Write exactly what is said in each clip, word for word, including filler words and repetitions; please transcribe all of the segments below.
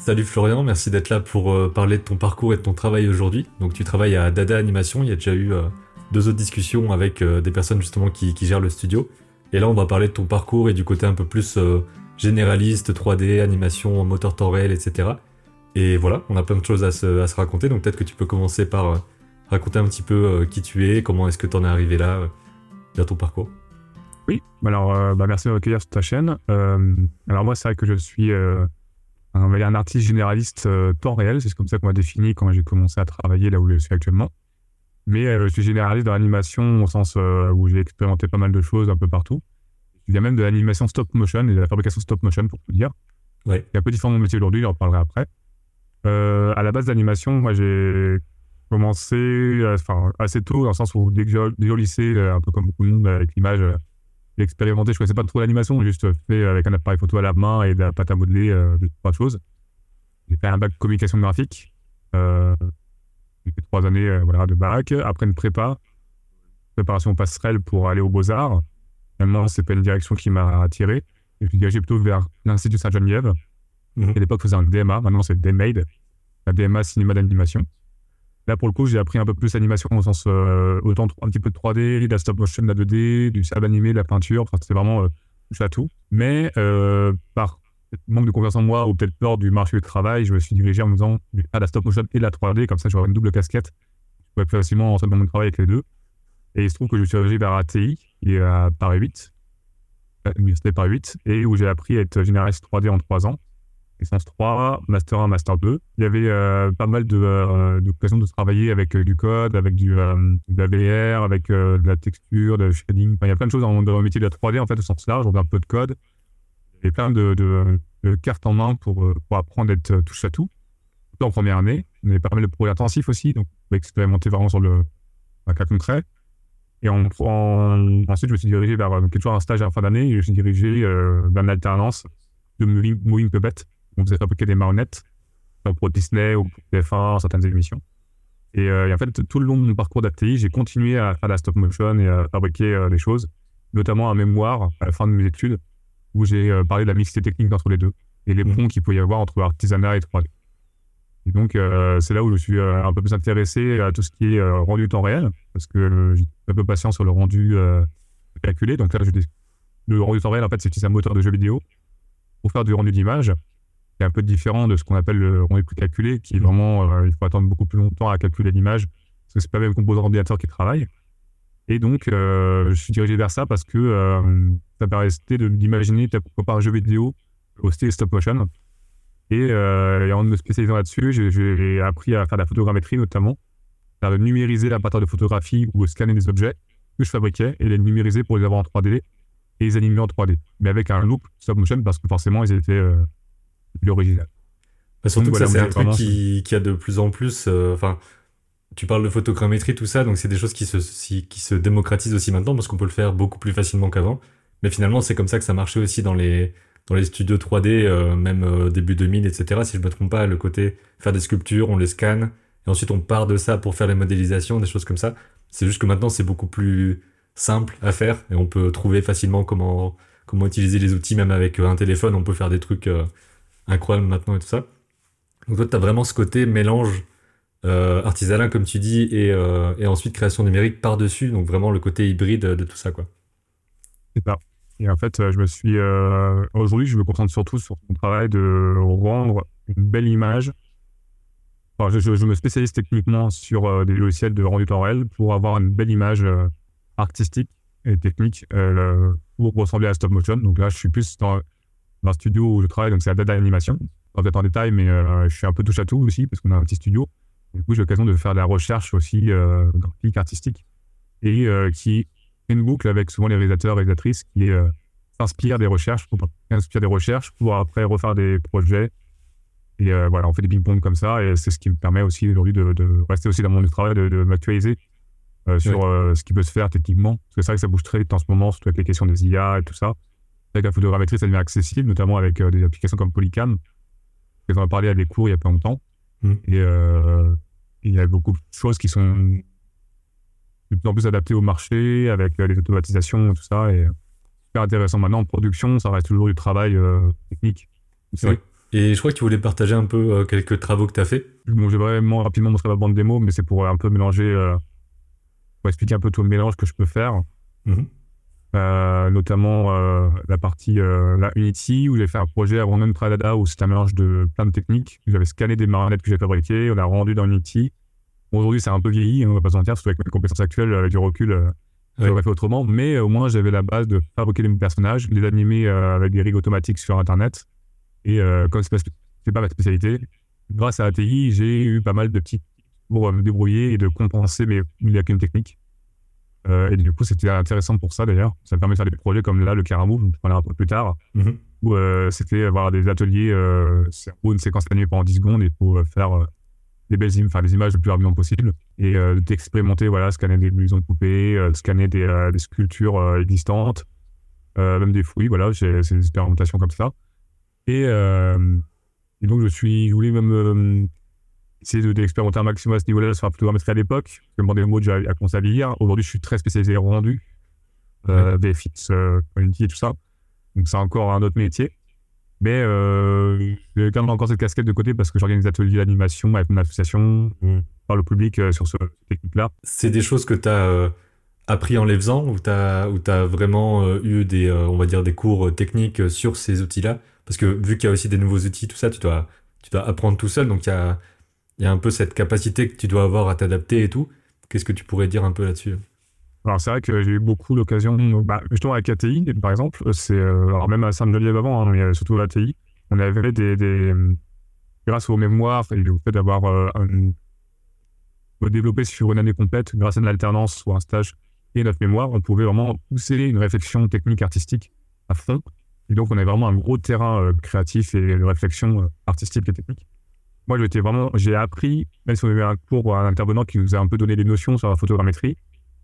Salut Florian, merci d'être là pour euh, parler de ton parcours et de ton travail aujourd'hui. Donc tu travailles à Dada Animation, il y a déjà eu euh, deux autres discussions avec euh, des personnes justement qui, qui gèrent le studio. Et là on va parler de ton parcours et du côté un peu plus euh, généraliste, trois D, animation, moteur temps réel, et cetera. Et voilà, on a plein de choses à se, à se raconter, donc peut-être que tu peux commencer par euh, raconter un petit peu euh, qui tu es, comment est-ce que tu en es arrivé là, euh, dans ton parcours. Oui, alors euh, bah, merci de m'accueillir sur ta chaîne. Euh, alors moi, c'est vrai que je suis euh, un, on va dire un artiste généraliste euh, temps réel, c'est comme ça qu'on m'a défini quand j'ai commencé à travailler là où je suis actuellement. Mais euh, je suis généraliste dans l'animation au sens euh, où j'ai expérimenté pas mal de choses un peu partout. Il y a même de l'animation stop motion et de la fabrication stop motion pour tout dire. Ouais. C'est un peu différent de mon métier aujourd'hui, j'en reparlerai après. Euh, à la base d'animation, moi j'ai commencé euh, enfin, assez tôt, dans le sens où dès que j'ai dès au lycée, euh, un peu comme beaucoup de monde avec l'image, euh, j'ai expérimenté, je connaissais pas trop l'animation, j'ai juste fait avec un appareil photo à la main et de la pâte à modeler, euh, deux, trois choses. J'ai fait un bac de communication graphique. Euh, j'ai fait trois années euh, voilà, de bac. Après une prépa, préparation passerelle pour aller aux Beaux-Arts. Finalement, c'est pas une direction qui m'a attiré. Je me suis dirigé plutôt vers l'Institut Sainte-Geneviève, Mhm. qui à l'époque faisait un D M A, maintenant c'est D M A D, un D M A cinéma d'animation. Là, pour le coup, j'ai appris un peu plus l'animation au sens euh, autant un petit peu de trois D, de la stop motion, de la deux D, du sable animé, de la peinture. Enfin, c'était vraiment euh, touche à tout. Mais euh, par manque de confiance en moi ou peut-être peur du marché du travail, je me suis dirigé en me disant je vais faire de la stop motion et de la trois D, comme ça j'aurai une double casquette. Je pourrais plus facilement entrer dans mon travail avec les deux. Et il se trouve que je suis dirigé vers A T I, qui est à Paris huit, à l'université Paris huit, et où j'ai appris à être généraliste trois D en trois ans. Licence trois, Master un, Master deux. Il y avait euh, pas mal de, euh, d'occasions de travailler avec euh, du code, avec du, euh, de la V R, avec euh, de la texture, de shading. Enfin, il y a plein de choses dans, dans le métier de la trois D, en fait, au sens large. On a un peu de code. Il y avait plein de, de, de cartes en main pour, euh, pour apprendre à être euh, touche à tout. Surtout en première année. On avait pas mal de projets intensifs aussi, donc on pouvait expérimenter vraiment sur le un cas concret. Et en, en, ensuite, je me suis dirigé vers euh, toujours un stage à la fin d'année, et je me suis dirigé euh, vers une alternance de moving, moving puppet. On faisait fabriquer des marionnettes pour Disney ou pour T F un, certaines émissions. Et, euh, et en fait, tout le long de mon parcours d'A T I, j'ai continué à faire de la stop motion et à fabriquer euh, des choses, notamment un mémoire à la fin de mes études, où j'ai euh, parlé de la mixité technique entre les deux et les Mhm. ponts qu'il peut y avoir entre artisanat et trois D. Et donc, euh, c'est là où je suis euh, un peu plus intéressé à tout ce qui est euh, rendu temps réel, parce que euh, j'ai un peu patient sur le rendu euh, calculé. Donc là, je, le rendu temps réel, en fait, c'est un moteur de jeu vidéo pour faire du rendu d'image, qui est un peu différent de ce qu'on appelle le rendu précalculé, qui est vraiment, euh, il faut attendre beaucoup plus longtemps à calculer l'image, parce que c'est pas le même composant ordinateur qui travaille. Et donc, euh, je suis dirigé vers ça parce que euh, ça permettait de- d'imaginer pourquoi pas un jeu vidéo au style stop motion. Et, euh, et en me spécialisant là-dessus, j'ai, j'ai appris à faire de la photogrammétrie notamment, à numériser la partie de photographie ou scanner des objets que je fabriquais et les numériser pour les avoir en trois D et les animer en trois D, mais avec un look stop motion parce que forcément ils étaient euh, plus original. Bah, Donc surtout que ça, voilà, moi c'est j'ai un truc vraiment... qui, qui a de plus en plus. euh, Enfin, tu parles de photogrammétrie, tout ça, donc c'est des choses qui se, si- qui se démocratisent aussi maintenant parce qu'on peut le faire beaucoup plus facilement qu'avant. Mais finalement, c'est comme ça que ça marchait aussi dans les, dans les studios trois D, euh, même euh, début deux mille, et cetera. Si je me trompe pas, le côté faire des sculptures, on les scanne, et ensuite on part de ça pour faire les modélisations, des choses comme ça. C'est juste que maintenant, c'est beaucoup plus simple à faire, et on peut trouver facilement comment, comment utiliser les outils, même avec euh, un téléphone, on peut faire des trucs euh, incroyables maintenant et tout ça. Donc toi, tu as vraiment ce côté mélange euh, artisanat, comme tu dis, et, euh, et ensuite création numérique par-dessus, donc vraiment le côté hybride de tout ça, quoi. C'est ça. Et en fait, euh, je me suis... euh, Aujourd'hui, je me concentre surtout sur mon travail de rendre une belle image. Enfin, je, je- je me spécialise techniquement sur euh, des logiciels de rendu temps réel pour avoir une belle image euh, artistique et technique euh, pour ressembler à stop motion. Donc là, je suis plus dans, dans un studio où je travaille, donc c'est la Dada Animation. Pas peut-être en détail, mais euh, je suis un peu touche à tout aussi parce qu'on a un petit studio. Du coup, j'ai l'occasion de faire de la recherche aussi euh, graphique, artistique, et euh, qui fait une boucle avec souvent les réalisateurs, réalisatrices qui euh, s'inspirent des recherches, pour s'inspirent des recherches pour après refaire des projets. Et euh, voilà, on fait des ping-pong comme ça, et c'est ce qui me permet aussi aujourd'hui de, de rester aussi dans mon travail, de, de m'actualiser euh, Ouais. sur euh, ce qui peut se faire techniquement. Parce que c'est vrai que ça bouge très vite en ce moment, surtout avec les questions des I A et tout ça. Avec la photogrammétrie, ça devient accessible, notamment avec euh, des applications comme Polycam. J'en ai parlé à des cours il y a pas longtemps. Mm. Et euh, il y a beaucoup de choses qui sont de plus en plus adaptées au marché, avec euh, les automatisations et tout ça. Et super intéressant. Maintenant, en production, ça reste toujours du travail euh, technique. Ouais. C'est Et Et je crois que tu voulais partager un peu euh, quelques travaux que tu as fait. Bon, j'ai vraiment rapidement montré ma bande démo, mais c'est pour euh, un peu mélanger, euh, pour expliquer un peu tout le mélange que je peux faire. Mhm. Euh, notamment euh, la partie euh, la Unity, où j'ai fait un projet avant même Tradada, où c'était un mélange de plein de techniques. J'avais scanné des marionnettes que j'ai fabriquées, on a rendu dans Unity. Bon, aujourd'hui, c'est un peu vieilli, hein, on va pas se mentir, surtout avec mes compétences actuelles, avec du recul, euh, Ouais. j'aurais fait autrement. Mais euh, au moins, j'avais la base de fabriquer des personnages, les animer euh, avec des rigs automatiques sur Internet. Et euh, comme c'est pas, c'est pas ma spécialité, grâce à A T I, j'ai eu pas mal de petits pour euh, me débrouiller et de compenser mes lacunes techniques. Euh, et du coup, c'était intéressant pour ça d'ailleurs. Ça me permet de faire des projets comme là, le Caramou, dont on parlera un peu plus tard, Mhm. où euh, c'était avoir des ateliers, euh, c'est en gros une séquence animée pendant dix secondes et il faut euh, faire euh, des belles images, enfin des images le plus rapidement possible et euh, d'expérimenter, voilà, scanner des illusions de poupées, euh, scanner des, euh, des sculptures euh, existantes, euh, même des fruits, voilà, j'ai c'est des expérimentations comme ça. Et, euh, et donc je suis, je voulais même euh, essayer de- d'expérimenter un maximum à ce niveau-là sur la photogrammétrie à l'époque, parce que le modèle mode a commencé à vieillir. Aujourd'hui, je suis très spécialisé rendu, Ouais. euh, V F X, euh, Unity et tout ça. Donc c'est encore un autre métier. Mais euh, je garde encore cette casquette de côté parce que j'organise des ateliers d'animation avec mon association, je parle au public euh, sur ce technique-là. C'est des choses que tu as appris en les faisant ou tu as, ou t'as vraiment euh, eu des, euh, on va dire des cours euh, techniques euh, sur ces outils-là? Parce que vu qu'il y a aussi des nouveaux outils, tout ça, tu dois, tu dois apprendre tout seul. Donc il y a, il y a un peu cette capacité que tu dois avoir à t'adapter et tout. Qu'est-ce que tu pourrais dire un peu là-dessus? Alors c'est vrai que j'ai eu beaucoup l'occasion, bah, justement avec A T I par exemple, c'est, euh, alors même à Sainte-Geneviève avant, hein, mais euh, surtout à A T I, on avait des, des grâce aux mémoires et au fait d'avoir euh, un- développé sur une année complète, grâce à une alternance ou un stage et notre mémoire, on pouvait vraiment pousser une réflexion technique artistique à fond. Et donc on avait vraiment un gros terrain euh, créatif et de réflexion euh, artistique et technique. Moi, j'étais vraiment, j'ai appris, même si on avait un cours ou un intervenant qui nous a un peu donné des notions sur la photogrammétrie,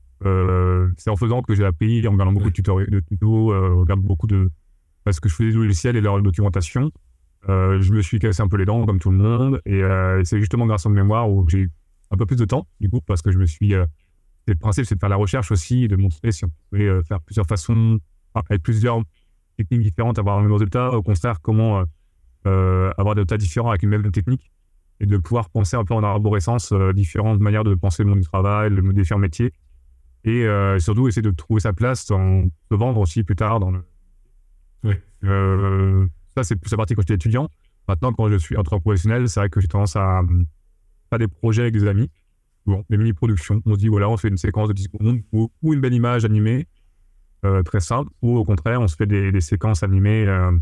euh, c'est en faisant que j'ai appris, en regardant beaucoup Ouais. de tutoriels, de tutos, euh, regarde beaucoup de, parce que je faisais des logiciels et leur documentation. Euh, je me suis cassé un peu les dents comme tout le monde et euh, c'est justement grâce à mon mémoire où j'ai eu un peu plus de temps du coup parce que je me suis euh, le principe c'est de faire la recherche aussi de montrer si on pouvait euh, faire plusieurs façons enfin, avec plusieurs techniques différentes avoir un même résultat au contraire comment euh, euh, avoir des résultats différents avec une même technique et de pouvoir penser un peu en arborescence euh, différentes manières de penser le monde du travail le monde des différents métiers et euh, surtout essayer de trouver sa place en se vendre aussi plus tard dans le Ouais. euh, ça, c'est plus la partie quand j'étais étudiant. Maintenant, quand je suis entrepreneur professionnel, c'est vrai que j'ai tendance à euh, faire des projets avec des amis. Bon, des mini-productions. On se dit, voilà, on fait une séquence de dix secondes ou, ou une belle image animée, euh, très simple. Ou au contraire, on se fait des, des séquences animées euh,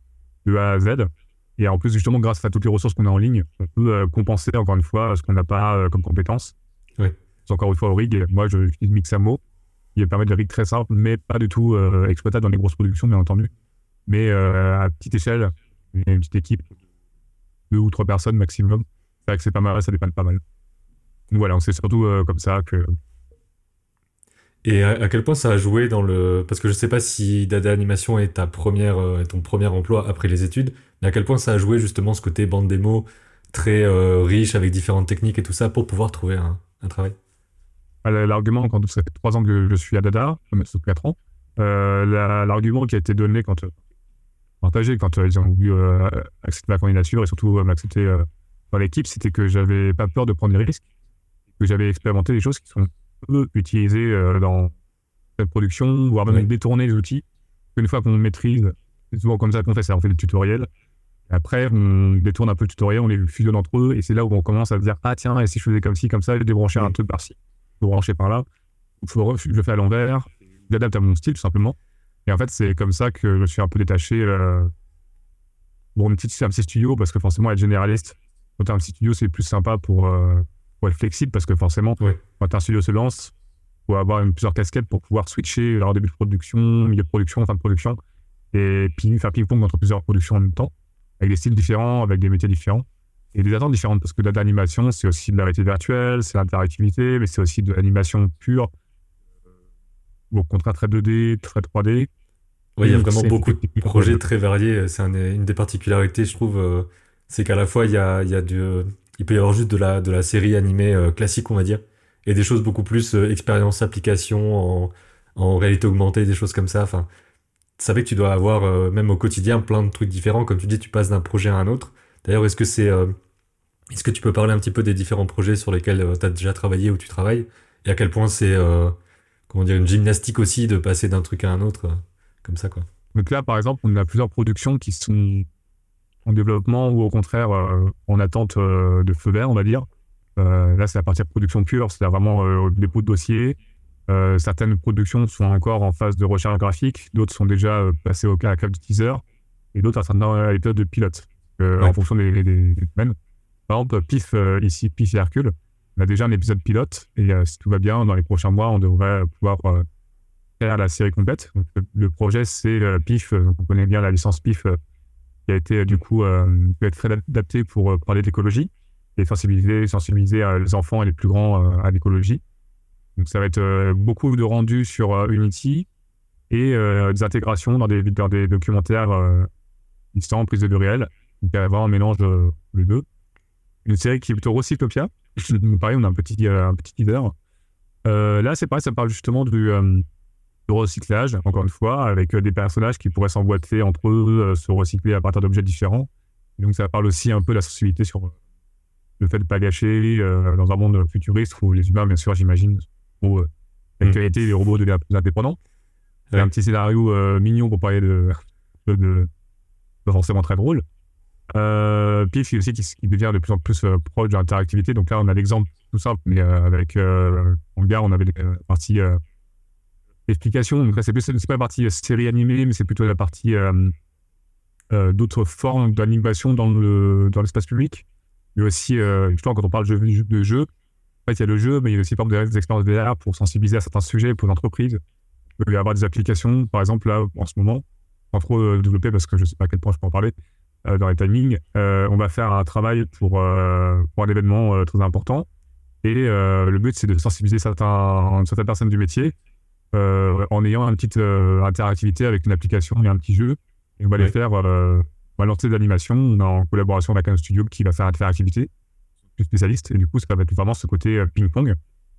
de A à Z. Et en plus, justement, grâce à toutes les ressources qu'on a en ligne, on peut euh, compenser encore une fois ce qu'on n'a pas euh, comme compétences. Ouais. C'est encore une fois au rig. Et moi, je j'utilise Mixamo, qui permet des rigs très simples, mais pas du tout euh, exploitables dans les grosses productions, bien entendu. Mais euh, à petite échelle, une petite équipe, deux ou trois personnes maximum, c'est vrai que c'est pas mal, ça dépanne pas mal. Donc voilà, c'est surtout euh, comme ça que. Et à, à quel point ça a joué dans le... Parce que je sais pas si Dada Animation est ta première, euh, ton premier emploi après les études, mais à quel point ça a joué justement ce côté bande démo très euh, riche avec différentes techniques et tout ça pour pouvoir trouver un, un travail. Bah, l'argument, quand ça fait trois ans que je suis à Dada, même sur quatre ans, euh, la- l'argument qui a été donné quand. Euh, partagé quand euh, ils ont voulu euh, accepter ma candidature et surtout euh, m'accepter euh, dans l'équipe, c'était que j'avais pas peur de prendre des risques, que j'avais expérimenté des choses qui sont peu utilisées euh, dans cette production, voire même Ouais. détourner les outils. Une fois qu'on maîtrise, c'est souvent comme ça qu'on fait ça, on fait des tutoriels. Et après, on détourne un peu le tutoriel, on les fusionne entre eux, et c'est là où on commence à se dire ah tiens, et si je faisais comme ci, comme ça, je débranchais un Mm. truc par-ci, je brancher par là, faut, je le fais à l'envers, j'adapte à mon style tout simplement. Et en fait, c'est comme ça que je me suis un peu détaché. Euh, Bon, une petite, un petit studio, parce que forcément, être généraliste, quand t'as un petit studio, c'est plus sympa pour, euh, pour être flexible, parce que forcément, Ouais. quand un studio se lance, il faut avoir une, plusieurs casquettes pour pouvoir switcher alors début de production, milieu de production, fin de production, et puis faire ping-pong entre plusieurs productions en même temps, avec des styles différents, avec des métiers différents, et des attentes différentes, parce que data animation, c'est aussi de la réalité virtuelle, c'est l'interactivité, mais c'est aussi de l'animation pure, ou au contraire très deux D, très trois D. Ouais, il y a Donc, vraiment c'est beaucoup de techniquement pour les projets deux. très variés. C'est un- une des particularités, je trouve, euh, c'est qu'à la fois, il y a, il y a du, euh, il peut y avoir juste de la, de la série animée euh, classique, on va dire, et des choses beaucoup plus euh, expérience, application, en, en réalité augmentée, des choses comme ça. Enfin, ça fait que tu dois avoir, euh, même au quotidien, plein de trucs différents. Comme tu dis, tu passes d'un projet à un autre. D'ailleurs, est-ce que c'est, euh, est-ce que tu peux parler un petit peu des différents projets sur lesquels tu as déjà travaillé ou tu travailles et à quel point c'est, euh, comment dire, une gymnastique aussi de passer d'un truc à un autre, euh, comme ça, quoi. Donc là, par exemple, on a plusieurs productions qui sont en développement ou au contraire euh, en attente euh, de feu vert, on va dire. Euh, là, c'est la partie de production pure, c'est-à-dire vraiment euh, au dépôt de dossier. Euh, certaines productions sont encore en phase de recherche graphique, d'autres sont déjà euh, passées au cas à cap de teaser, et d'autres sont dans l'épisode de pilote, euh, Ouais. en fonction des, des, des domaines. Par exemple, P I F, euh, ici, P I F et Hercule, on a déjà un épisode pilote, et euh, si tout va bien, dans les prochains mois, on devrait pouvoir euh, faire la série complète. Donc, le, le projet, c'est euh, P I F, donc on connaît bien la licence P I F, euh, qui a été, euh, du coup, euh, peut être adaptée pour euh, parler d'écologie, et sensibiliser, sensibiliser euh, les enfants et les plus grands euh, à l'écologie. Donc, ça va être euh, beaucoup de rendus sur euh, Unity et euh, des intégrations dans des, dans des documentaires euh, existants, prise de vue réelle. Donc, il y a vraiment un mélange de les deux. Une série qui est plutôt Recyclopia. Pareil, on a un petit, euh, un petit leader. Euh, là, c'est pareil, ça parle justement du, euh, du recyclage, encore une fois, avec euh, des personnages qui pourraient s'emboîter entre eux, euh, se recycler à partir d'objets différents. Et donc, ça parle aussi un peu de la sensibilité sur le fait de ne pas gâcher euh, dans un monde futuriste où les humains, bien sûr, j'imagine, où euh, l'actualité, mmh. les robots deviennent plus indépendants. C'est ouais. un petit scénario euh, mignon pour parler de, de, de pas forcément très drôle. Euh, P I F aussi qui, qui devient de plus en plus euh, proche de l'interactivité. Donc là, on a l'exemple tout simple, mais euh, avec euh, en gare, on avait la euh, partie euh, explication. Donc là, c'est plus c'est pas la partie euh, série animée, mais c'est plutôt la partie euh, euh, d'autres formes d'animation dans le dans l'espace public. Mais aussi, euh, justement, quand on parle de jeu, de jeu, en fait, il y a le jeu, mais il y a aussi par exemple des expériences V R pour sensibiliser à certains sujets pour l'entreprise. Il peut y avoir des applications, par exemple, là, en ce moment, sans trop euh, développer parce que je ne sais pas à quel point je peux en parler, euh, dans les timings, euh, on va faire un travail pour, euh, pour un événement euh, très important. Et euh, le but, c'est de sensibiliser certains, certaines personnes du métier euh, en ayant une petite euh, interactivité avec une application et un petit jeu. Et on va oui. les faire, euh, on va lancer des animations en collaboration avec un studio qui va faire interactivité, plus spécialiste. Et du coup, ça va être vraiment ce côté euh, ping-pong.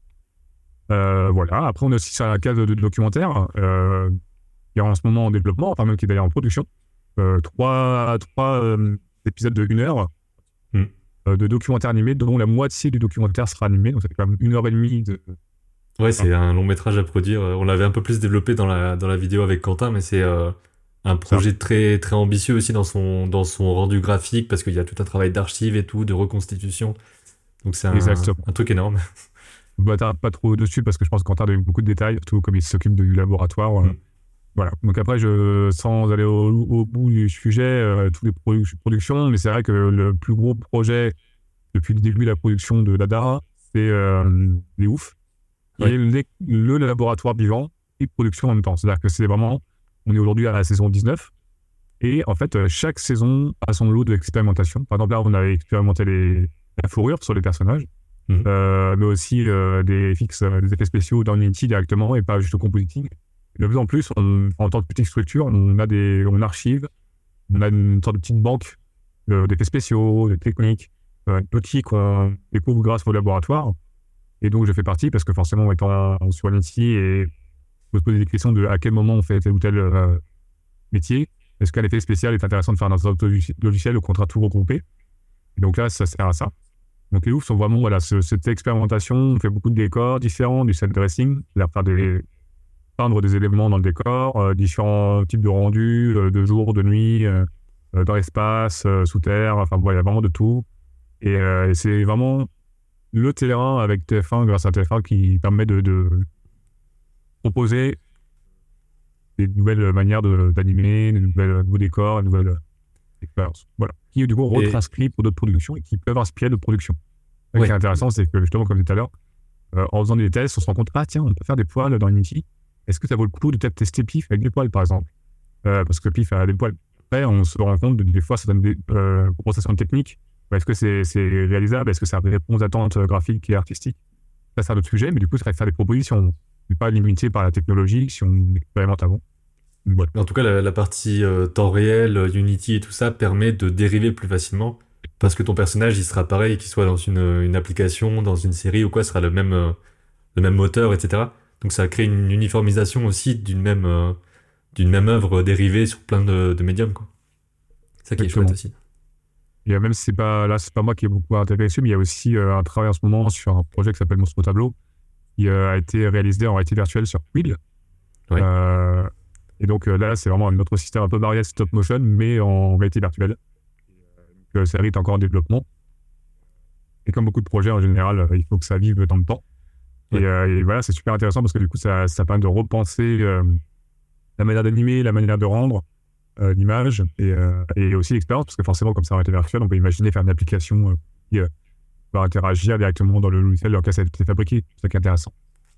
Euh, voilà. Après, on a aussi sur la case de, de documentaire euh, qui est en ce moment en développement, enfin même qui est d'ailleurs en production. Euh, trois trois euh, épisodes de une heure mm. euh, de documentaire animé, dont la moitié du documentaire sera animé. Donc, ça fait quand même une heure et demie de. Ouais, c'est ah. un long métrage à produire. On l'avait un peu plus développé dans la, dans la vidéo avec Quentin, mais c'est euh, un projet ça. très, très ambitieux aussi dans son, dans son rendu graphique parce qu'il y a tout un travail d'archives et tout, de reconstitution. Donc, c'est un, un truc énorme. Je ne m'attarde pas trop dessus parce que je pense que Quentin a eu beaucoup de détails, surtout comme il s'occupe du laboratoire. Mm. Euh, voilà. Donc après, je, sans aller au, au bout du sujet, euh, toutes les produ- productions, mais c'est vrai que le plus gros projet depuis le début de la production de Dada, c'est euh, les ouf. Ouais. Et le, le laboratoire vivant et production en même temps. C'est-à-dire que c'est vraiment, on est aujourd'hui à la saison dix-neuf. Et en fait, chaque saison a son lot d'expérimentation. Par exemple, là, on avait expérimenté les, la fourrure sur les personnages. Mmh. Euh, mais aussi euh, des fixes, euh, des effets spéciaux dans Unity directement et pas juste au compositing. De plus en plus, on, en tant que petite structure, on a des, on archive, on a une sorte de petite banque euh, d'effets spéciaux, de techniques, euh, d'outils qu'on découvre grâce au laboratoire. Et donc, je fais partie parce que forcément, étant sur Unity, et on peut se poser des questions de à quel moment on fait tel ou tel euh, métier. Est-ce qu'un effet spécial est intéressant de faire dans un autre logiciel ou contrat tout regroupé? Et donc là, ça sert à ça. Donc les oufs sont vraiment, voilà, ce, cette expérimentation. On fait beaucoup de décors différents, du set dressing, c'est-à-dire faire des, peindre des éléments dans le décor, euh, différents types de rendus, euh, de jour, de nuit, euh, dans l'espace, euh, sous terre, enfin voilà, il y a vraiment de tout. Et, euh, et c'est vraiment le terrain avec T F un, grâce à T F un, qui permet de, de proposer des nouvelles manières de, d'animer, des nouvelles, nouveaux décors, des nouvelles expériences. Voilà. Qui du coup retranscrit pour d'autres productions et qui peuvent inspirer d'autres productions. Ce ouais. qui est intéressant, c'est que justement, comme tout à l'heure, euh, en faisant des tests, on se rend compte, ah tiens, on peut faire des poils dans Unity. Est-ce que ça vaut le coup de peut-être tester P I F avec des poils, par exemple euh, Parce que P I F a des poils. Après, on se rend compte de, des fois certaines euh, compensations techniques. Est-ce que c'est, c'est réalisable? Est-ce que ça répond aux attentes graphiques et artistiques? Ça, c'est un autre sujet, mais du coup, ça va faire des propositions. On n'est pas limité par la technologie si on expérimente avant. Voilà. En tout cas, la, la partie euh, temps réel, Unity et tout ça permet de dériver plus facilement parce que ton personnage, il sera pareil, qu'il soit dans une, une application, dans une série ou quoi, ce sera le même, euh, le même moteur, et cetera. Donc ça crée une uniformisation aussi d'une même, euh, d'une même œuvre dérivée sur plein de, de médiums, quoi. C'est ça qui Exactement. est chouette aussi. Et euh, même si c'est pas, là, c'est pas moi qui ai beaucoup intéressé, mais il y a aussi euh, un travail en ce moment sur un projet qui s'appelle Monstre au Tableau, qui euh, a été réalisé en réalité virtuelle sur Quill. Ouais. Euh, et donc euh, là, c'est vraiment un autre système un peu varié stop motion, mais en réalité virtuelle. Donc, euh, ça mérite encore un développement. Et comme beaucoup de projets en général, euh, il faut que ça vive dans le temps. Ouais. Et, euh, et voilà, c'est super intéressant parce que du coup, ça, ça permet de repenser euh, la manière d'animer, la manière de rendre euh, l'image et, euh, et aussi l'expérience, parce que forcément, comme ça aurait été virtuel, on peut imaginer faire une application euh, qui euh, va interagir directement dans le logiciel dans lequel ça a été fabriqué. C'est ça qui est intéressant.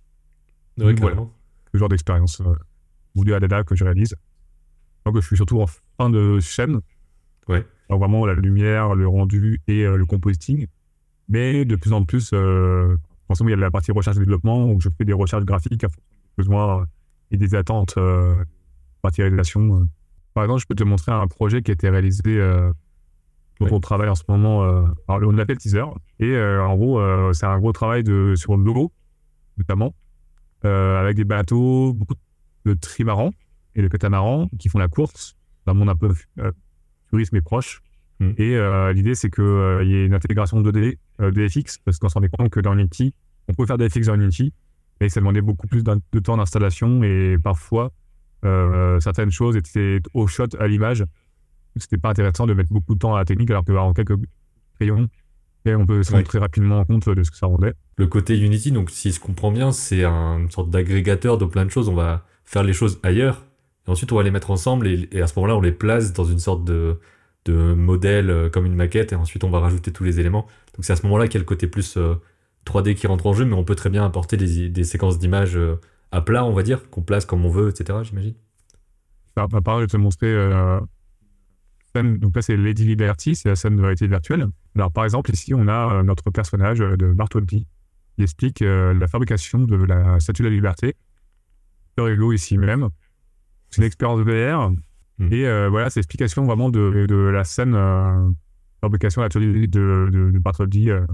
Ouais, Donc, voilà, carrément. le genre d'expérience euh, ou de Adada que je réalise. Donc, je suis surtout en fin de chaîne. Ouais. Alors, vraiment, la lumière, le rendu et euh, le compositing. Mais de plus en plus, euh, forcément, il y a la partie recherche et développement où je fais des recherches graphiques à fonction des besoins euh, et des attentes euh, partie réalisation. euh. Par exemple, je peux te montrer un projet qui a été réalisé, euh, dont Ouais. on travaille en ce moment. Euh, alors, on l'appelle teaser. Et euh, en gros, euh, c'est un gros travail de, sur le logo, notamment, euh, avec des bateaux, beaucoup de trimarans et de catamarans qui font la course dans un monde un peu euh, futuriste mais proche. Mm. Et euh, l'idée, c'est qu'il euh, y ait une intégration deux D, euh, D F X, parce qu'on se rendait compte que dans Unity, on pouvait faire D F X dans Unity, mais ça demandait beaucoup plus d'un- de temps d'installation et parfois, euh, certaines choses étaient au shot à l'image. C'était pas intéressant de mettre beaucoup de temps à la technique, alors qu'en quelques crayons, et on peut se rendre Ouais. très rapidement compte de ce que ça rendait. Le côté Unity, donc si je comprends bien, c'est un- une sorte d'agrégateur de plein de choses. On va faire les choses ailleurs, et ensuite on va les mettre ensemble, et, et à ce moment-là, on les place dans une sorte de, de modèle euh, comme une maquette, et ensuite on va rajouter tous les éléments. Donc c'est à ce moment-là qu'il y a le côté plus euh, trois D qui rentre en jeu, mais on peut très bien apporter des, des séquences d'images euh, à plat, on va dire, qu'on place comme on veut, et cetera, j'imagine. Par, par par exemple, je vais te montrer euh, scène. Donc là, c'est Lady Liberty, c'est la scène de réalité virtuelle. Alors, par exemple, ici, on a euh, notre personnage euh, de Bartholdi qui explique euh, la fabrication de la Statue de la Liberté. Super Ego ici même. C'est une expérience V R. Mm. Et euh, voilà, c'est l'explication vraiment de, de la scène euh, fabrication de l'atelier de, de, de Bartholdi. euh.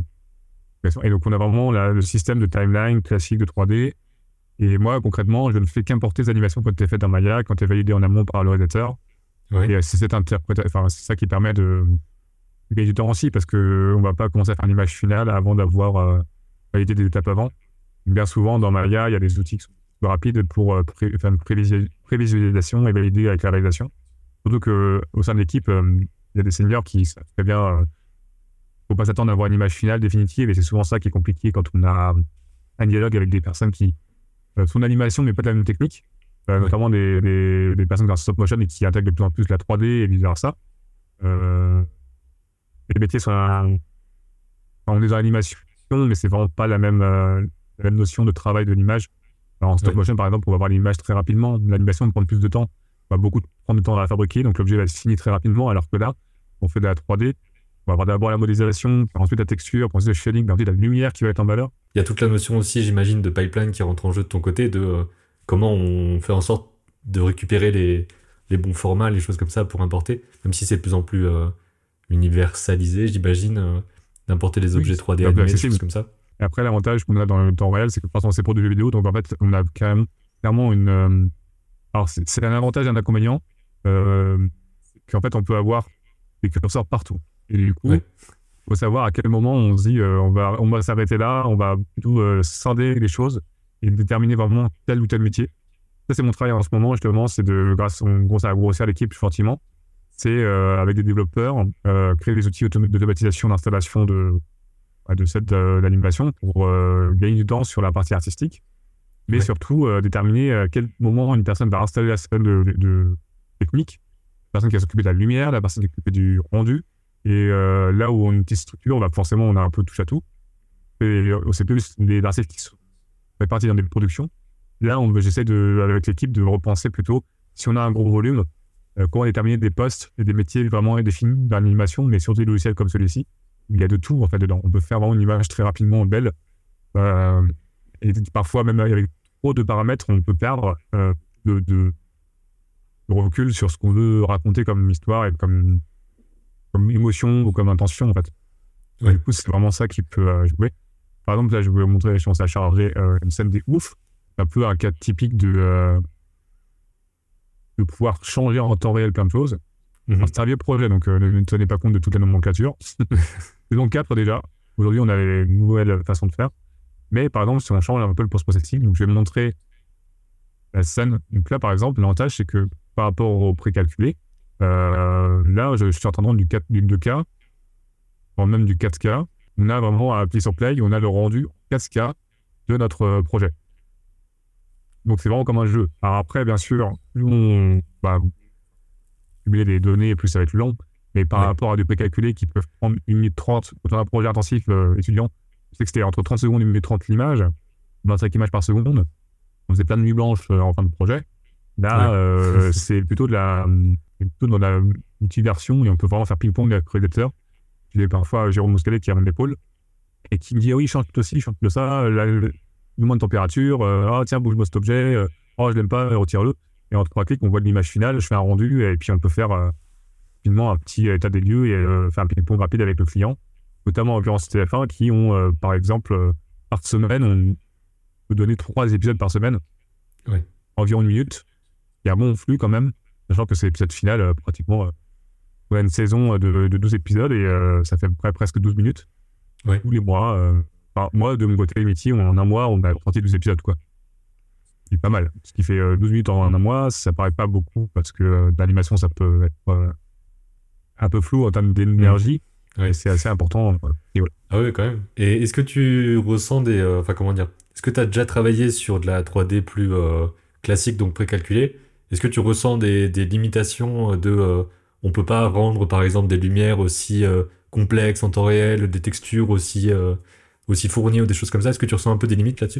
Et donc, on a vraiment la- le système de timeline classique de trois D. Et moi, concrètement, je ne fais qu'importer les animations qui ont été faites dans Maya, qui ont été validées en amont par le réalisateur. Ouais. Et euh, c'est cette interprétation, enfin, c'est ça qui permet de de gagner du temps aussi, parce que on va pas commencer à faire l'image finale avant d'avoir euh, validé des étapes avant. Bien souvent, dans Maya, il y a des outils qui sont plus rapides pour euh, pré- faire une prévisualis- prévisualisation et valider avec la réalisation. Surtout qu'au sein de l'équipe, euh, il y a des seniors qui savent très bien. Euh, faut pas s'attendre à avoir une image finale définitive, et c'est souvent ça qui est compliqué quand on a un dialogue avec des personnes qui euh, font de l'animation mais pas de la même technique. Euh, Ouais. Notamment des, des, des personnes dans stop motion et qui intègrent de plus en plus la trois D et vice versa. Euh, les métiers sont un- enfin, on est dans l'animation, mais c'est vraiment pas la même, euh, la même notion de travail de l'image. Alors, en stop Ouais. motion, par exemple, on va voir l'image très rapidement. L'animation va prendre plus de temps, va beaucoup prendre de temps à la fabriquer, donc l'objet va se finir très rapidement, alors que là, on fait de la trois D. On va avoir d'abord la modélisation, puis ensuite la texture, puis ensuite le shading, puis ensuite la lumière qui va être en valeur. Il y a toute la notion aussi, j'imagine, de pipeline qui rentre en jeu de ton côté, de euh, comment on fait en sorte de récupérer les, les bons formats, les choses comme ça pour importer, même si c'est de plus en plus euh, universalisé, j'imagine, euh, d'importer les Oui, objets trois D c'est un peu animés, des accessible. choses comme ça. Et après, l'avantage qu'on a dans le temps réel, c'est que forcément, c'est pour du jeu vidéo, donc en fait, on a carrément, clairement une. euh, Alors, c'est c'est un avantage et un inconvénient, euh, qu'en fait, on peut avoir des curseurs partout. Et du coup, il Ouais. faut savoir à quel moment on se dit, euh, on va, on va s'arrêter là, on va plutôt euh, scinder les choses et déterminer vraiment tel ou tel métier. Ça, c'est mon travail en ce moment, justement, c'est de, grâce on commence à grossir l'équipe fortement, c'est euh, avec des développeurs, euh, créer des outils autom- d'automatisation d'installation de, bah, de cette euh, d'animation pour euh, gagner du temps sur la partie artistique, mais Ouais. surtout euh, déterminer à quel moment une personne va installer la scène de, de, de technique, la personne qui va s'occuper de la lumière, la personne qui va s'occuper du rendu, et euh, là où on a une petite structure, bah, forcément on a un peu touche à tout, et euh, c'est plus des artistes qui sont répartis dans des productions. Là, on- j'essaie de, avec l'équipe de repenser plutôt, si on a un gros volume, euh, comment déterminer des postes et des métiers vraiment définis dans l'animation, mais sur des logiciels comme celui-ci. Il y a de tout en fait dedans. On peut faire vraiment une image très rapidement belle. Euh, et parfois, même avec trop de paramètres, on peut perdre euh, de, de, de recul sur ce qu'on veut raconter comme histoire et comme, comme émotion ou comme intention en fait. Ouais. Du coup, c'est vraiment ça qui peut euh, jouer. Par exemple, là, je vais vous montrer, je commence à charger euh, une scène des ouf. Un peu un cas typique de, euh, de pouvoir changer en temps réel plein de choses. Mhm. Alors, c'est un vieux projet, donc euh, ne tenez pas compte de toute la nomenclature. Saison quatre déjà. Aujourd'hui, on a une nouvelle façon de faire. Mais par exemple, si on change un peu le post-processing, donc je vais montrer la scène. Donc là, par exemple, l'avantage, c'est que par rapport au précalculé, euh, là, je, je suis en train de rendre du, quatre, du deux K, voire même du quatre K. On a vraiment à appuyer sur play, on a le rendu quatre K de notre euh, projet. Donc c'est vraiment comme un jeu. Alors après, bien sûr, plus on va cumuler des données, plus ça va être long. Mais par Ouais. rapport à des précalculés qui peuvent prendre une minute trente, dans un projet intensif euh, étudiant, je sais que c'était entre trente secondes et une minute trente l'image, vingt-cinq images par seconde. On faisait plein de nuits blanches euh, en fin de projet. Là, Ouais. euh, c'est plutôt de la, c'est plutôt dans la multiversion et on peut vraiment faire ping-pong avec le réalisateur. J'ai parfois Jérôme Mouscalet qui a mon épaule et qui me dit ah oui, change tout aussi, change tout ça, la, le moins de température, euh, ah tiens, bouge-moi cet objet, euh, oh je l'aime pas, retire-le. Et en trois clics, on voit de l'image finale, je fais un rendu et puis on peut faire euh, rapidement un petit état des lieux et euh, faire un ping-pong rapide avec le client, notamment en l'occurrence T F un qui ont euh, par exemple euh, par semaine, on peut donner trois épisodes par semaine, Ouais. environ une minute. Il y a un bon flux quand même, sachant que c'est l'épisode final euh, pratiquement. Euh, on a une saison de, de douze épisodes et euh, ça fait à peu près presque douze minutes Ouais. tous les mois. Euh, enfin, moi, de mon côté, Métier, en un mois, on a sorti douze épisodes, quoi. C'est pas mal. Ce qui fait euh, douze minutes en un mois, ça paraît pas beaucoup parce que euh, l'animation, ça peut être euh, un peu flou en termes d'énergie, Ouais. mais c'est assez important. euh, et voilà. Ah oui, quand même. Et est-ce que tu ressens des... euh, Enfin, comment dire? Est-ce que tu as déjà travaillé sur de la trois D plus euh, classique, donc précalculée? Est-ce que tu ressens des, des limitations de... euh, on peut pas rendre, par exemple, des lumières aussi euh, complexes en temps réel, des textures aussi, euh, aussi fournies ou des choses comme ça? Est-ce que tu ressens un peu des limites là-dessus?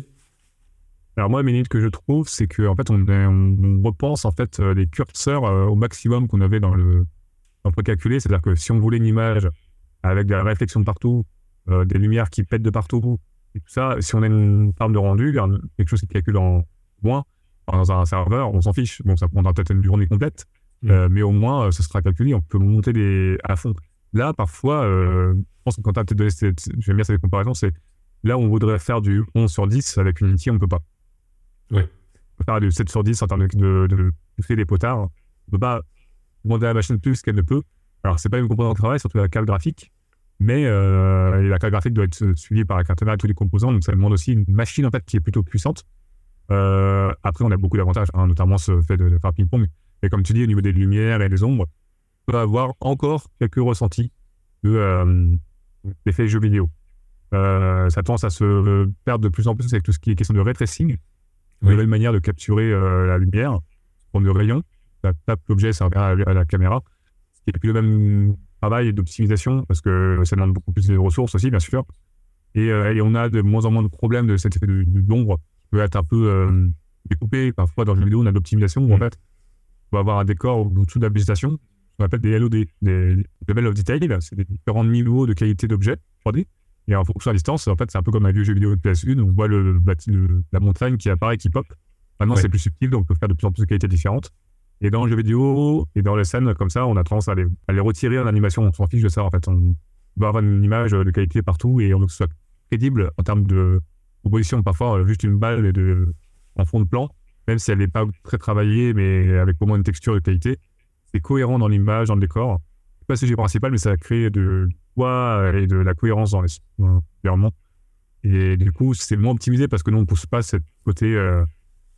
Alors moi, mes limites que je trouve, c'est que en fait, on, on, on repense en fait euh, les curseurs euh, au maximum qu'on avait dans le, dans le précalculé. C'est-à-dire que si on voulait une image avec des réflexions de partout, euh, des lumières qui pètent de partout, et tout ça, si on a une forme de rendu, quelque chose qui calcule en moins, dans un serveur, on s'en fiche. Bon, ça prendra peut-être une journée complète, Mm. euh, mais au moins, euh, ce sera calculé, on peut monter des, à fond. Là, parfois, euh, je pense que quand tu as peut-être donné cette, j'aime bien cette comparaison, c'est là où on voudrait faire du onze sur dix avec Unity, on ne peut pas. Ouais. On peut faire du sept sur dix en termes de, de, de pousser des potards. On ne peut pas demander à la machine plus qu'elle ne peut. Alors, c'est pas une composante de travail, surtout la carte graphique, mais euh, la carte graphique doit être suivie par la carte mère et tous les composants, donc ça demande aussi une machine en fait qui est plutôt puissante. Euh, après, on a beaucoup d'avantages, hein, notamment ce fait de, de faire ping-pong. Et comme tu dis, au niveau des lumières et des ombres, on peut avoir encore quelques ressentis de, euh, d'effets jeux vidéo. Euh, ça tend à se euh, perdre de plus en plus avec tout ce qui est question de ray tracing, une Oui. nouvelle manière de capturer euh, la lumière, prendre le rayon, ça tape l'objet, ça revient à, la- à la caméra. Et puis le même travail d'optimisation, parce que ça demande beaucoup plus de ressources aussi, bien sûr. Et, euh, et on a de moins en moins de problèmes de cet effet de, de- d'ombre qui peut être un peu euh, découpé. Parfois, dans le jeu vidéo, on a de l'optimisation où en Mm. fait, on va avoir un décor au-dessous de la végétation, ce qu'on appelle des L O D, des Level of Detail. C'est des différents niveaux de qualité d'objet trois D. Et en fonction de la distance, en fait, c'est un peu comme un vieux jeu vidéo de P S un, on voit le, le- le- la montagne qui apparaît, qui pop. Maintenant, Ouais. c'est plus subtil, donc on peut faire de plus en plus de qualités différentes. Et dans le jeu vidéo et dans les scènes comme ça, on a tendance à les, à les retirer en animation. On s'en fiche de ça, en fait. On va avoir une image de qualité partout et on veut que ce soit crédible en termes de proposition. Parfois, euh, juste une balle et de, en fond de plan, même si elle n'est pas très travaillée, mais avec au moins une texture de qualité, c'est cohérent dans l'image, dans le décor. C'est pas le sujet principal, mais ça crée de poids et de la cohérence dans les dans l'environnement. Et du coup, c'est moins optimisé parce que nous, on ne pousse pas ce côté, euh,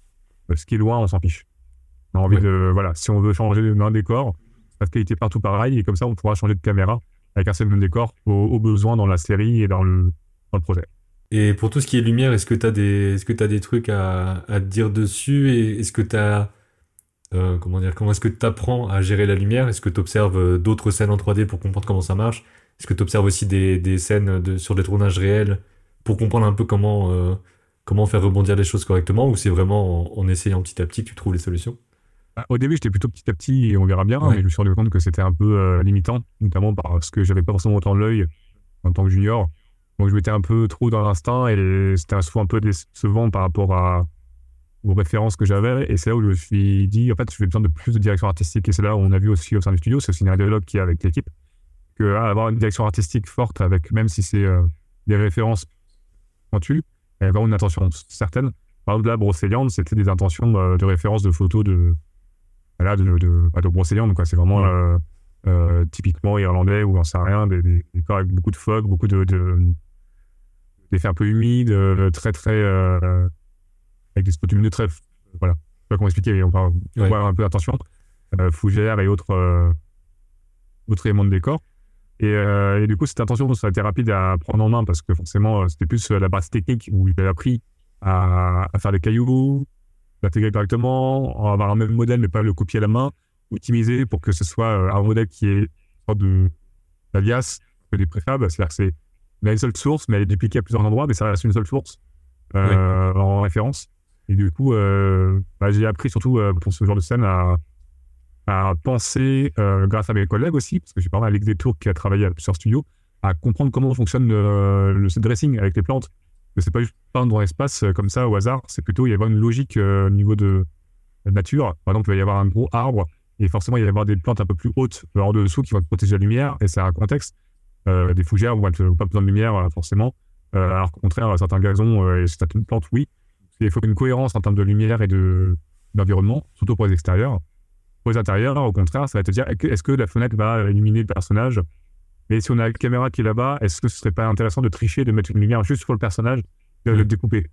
ce qui est loin, on s'en fiche. On a envie Ouais. de, voilà, si on veut changer d'un décor, pas de qualité partout pareil, et comme ça, on pourra changer de caméra avec un seul même décor au, au besoin dans la série et dans le, dans le projet. Et pour tout ce qui est lumière, est-ce que tu as des, est-ce que t'as des trucs à, à te dire dessus et est-ce que tu as, comment dire, comment est-ce que tu apprends à gérer la lumière? Est-ce que tu observes d'autres scènes en trois D pour comprendre comment ça marche? Est-ce que tu observes aussi des, des scènes de, sur des tournages réels pour comprendre un peu comment, euh, comment faire rebondir les choses correctement ou c'est vraiment en, en essayant petit à petit que tu trouves les solutions? Bah, Au début, j'étais plutôt petit à petit et on verra bien, hein, mais Ouais. je me suis rendu compte que c'était un peu euh, limitant, notamment parce que j'avais pas forcément autant l'œil en tant que junior. Donc je m'étais un peu trop dans l'instinct et c'était souvent un peu décevant par rapport à, aux références que j'avais. Et c'est là où je me suis dit, en fait, je vais besoin de plus de direction artistique. Et c'est là où on a vu aussi au sein du studio, c'est aussi un dialogue qu'il y a avec l'équipe, que ah, avoir une direction artistique forte, avec même si c'est euh, des références pointues, et avoir une intention certaine. Par exemple, là, Brocéliande, c'était des intentions euh, de référence de photos de voilà, de, de, bah, de Brocéliande, quoi. C'est vraiment Ouais. euh, euh, typiquement irlandais ou j'en sais rien, des, des, des décors avec beaucoup de fog, beaucoup de, de, d'effets un peu humides, euh, très, très, euh, avec des spots lumineux très, voilà. Je sais pas comment expliquer, mais on va Ouais. voir un peu attention. Euh, fougères et autres, euh, autres éléments de décor. Et, euh, et du coup, cette intention, ça a été rapide à prendre en main parce que forcément, euh, c'était plus euh, la base technique où j'ai appris à, à faire des cailloux, l'intégrer correctement, avoir un même modèle mais pas le copier à la main, optimiser pour que ce soit euh, un modèle qui est une sorte de d'alias que des préfabs, c'est-à-dire que c'est on a une seule source mais elle est dupliquée à plusieurs endroits mais ça reste une seule source Ouais. euh, en référence. Et du coup, euh, bah, j'ai appris surtout euh, pour ce genre de scène à, à penser, euh, grâce à mes collègues aussi, parce que j'ai parlé avec des tours qui a travaillé à plusieurs studios, à comprendre comment fonctionne euh, le set dressing avec les plantes. Que c'est pas juste peindre dans l'espace euh, comme ça au hasard, c'est plutôt il y avoir une logique euh, au niveau de la nature. Par exemple, il va y avoir un gros arbre et forcément il va y avoir des plantes un peu plus hautes euh, en dessous qui vont protéger la lumière et c'est un contexte. Euh, des fougères vont être pas besoin de lumière euh, forcément, euh, alors qu'au contraire certains gazons euh, et certaines plantes oui. Il faut une cohérence en termes de lumière et de d'environnement, surtout pour les extérieurs. Pour les intérieurs, au contraire, ça va te dire est-ce que la fenêtre va illuminer le personnage? Mais si on a la caméra qui est là-bas, est-ce que ce serait pas intéressant de tricher, de mettre une lumière juste sur le personnage, de le Mm. découper?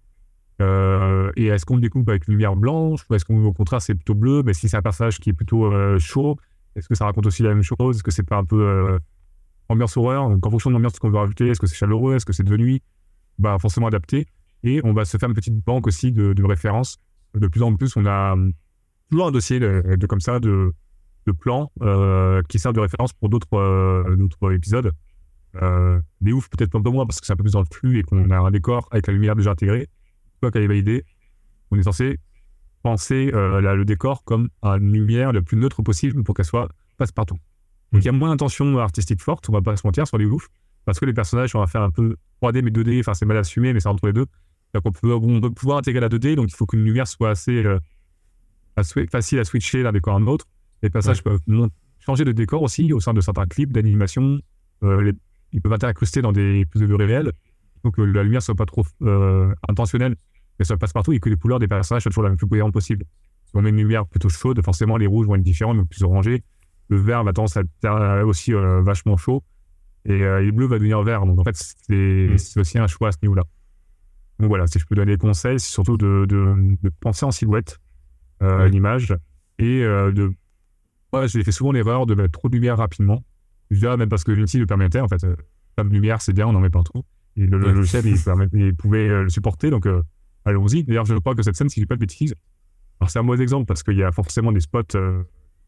Euh, et est-ce qu'on le découpe avec une lumière blanche ou est-ce qu'au contraire c'est plutôt bleu? Mais si c'est un personnage qui est plutôt euh, chaud, est-ce que ça raconte aussi la même chose? Est-ce que c'est pas un peu euh, ambiance horreur? Donc en fonction de l'ambiance qu'on veut rajouter, est-ce que c'est chaleureux? Est-ce que c'est de nuit? Bah forcément adapté. Et on va se faire une petite banque aussi de, de références. De plus en plus, on a toujours un dossier de, de comme ça de, de plans euh, qui servent de référence pour d'autres euh, d'autres épisodes. Euh, des ouf peut-être un peu moins parce que c'est un peu plus dans le flux et qu'on a un décor avec la lumière déjà intégrée. Une fois qu'elle est validée, on est censé penser euh, la, le décor comme une lumière le plus neutre possible pour qu'elle soit passe-partout. Donc il y a moins d'intention artistique forte, on va pas se mentir sur les ouf, parce que les personnages on va faire un peu trois D mais deux D, enfin c'est mal assumé mais c'est entre les deux. Donc on peut, on peut pouvoir intégrer la deux D, donc il faut qu'une lumière soit assez, euh, assez facile à switcher d'un décor à un autre. Les passages Ouais. peuvent mon- changer de décor aussi au sein de certains clips d'animation. Euh, les- ils peuvent incruster dans des plus de réels. Donc euh, la lumière soit pas trop euh, intentionnelle, mais ça passe partout et que les couleurs des personnages soient toujours la plus cohérente possible. Si on met une lumière plutôt chaude, forcément les rouges vont être différents, mais plus orangés. Le vert va tendance à être euh, aussi euh, vachement chaud et, euh, et le bleu va devenir vert. Donc en fait, c'est Mm. c'est aussi un choix à ce niveau-là. Donc voilà, si je peux donner des conseils, c'est surtout de, de, de penser en silhouette euh, Ouais. l'image et euh, de. Moi, j'ai fait souvent l'erreur de mettre trop de lumière rapidement. Déjà, même parce que l'outil le permettait, en fait. Euh, pas de lumière, c'est bien, on en met partout. Et le, le Ouais. logiciel, il, permet- il pouvait euh, le supporter, donc euh, allons-y. D'ailleurs, je crois que cette scène, si je dis pas de bêtises, alors c'est un mauvais exemple parce qu'il y a forcément des spots euh,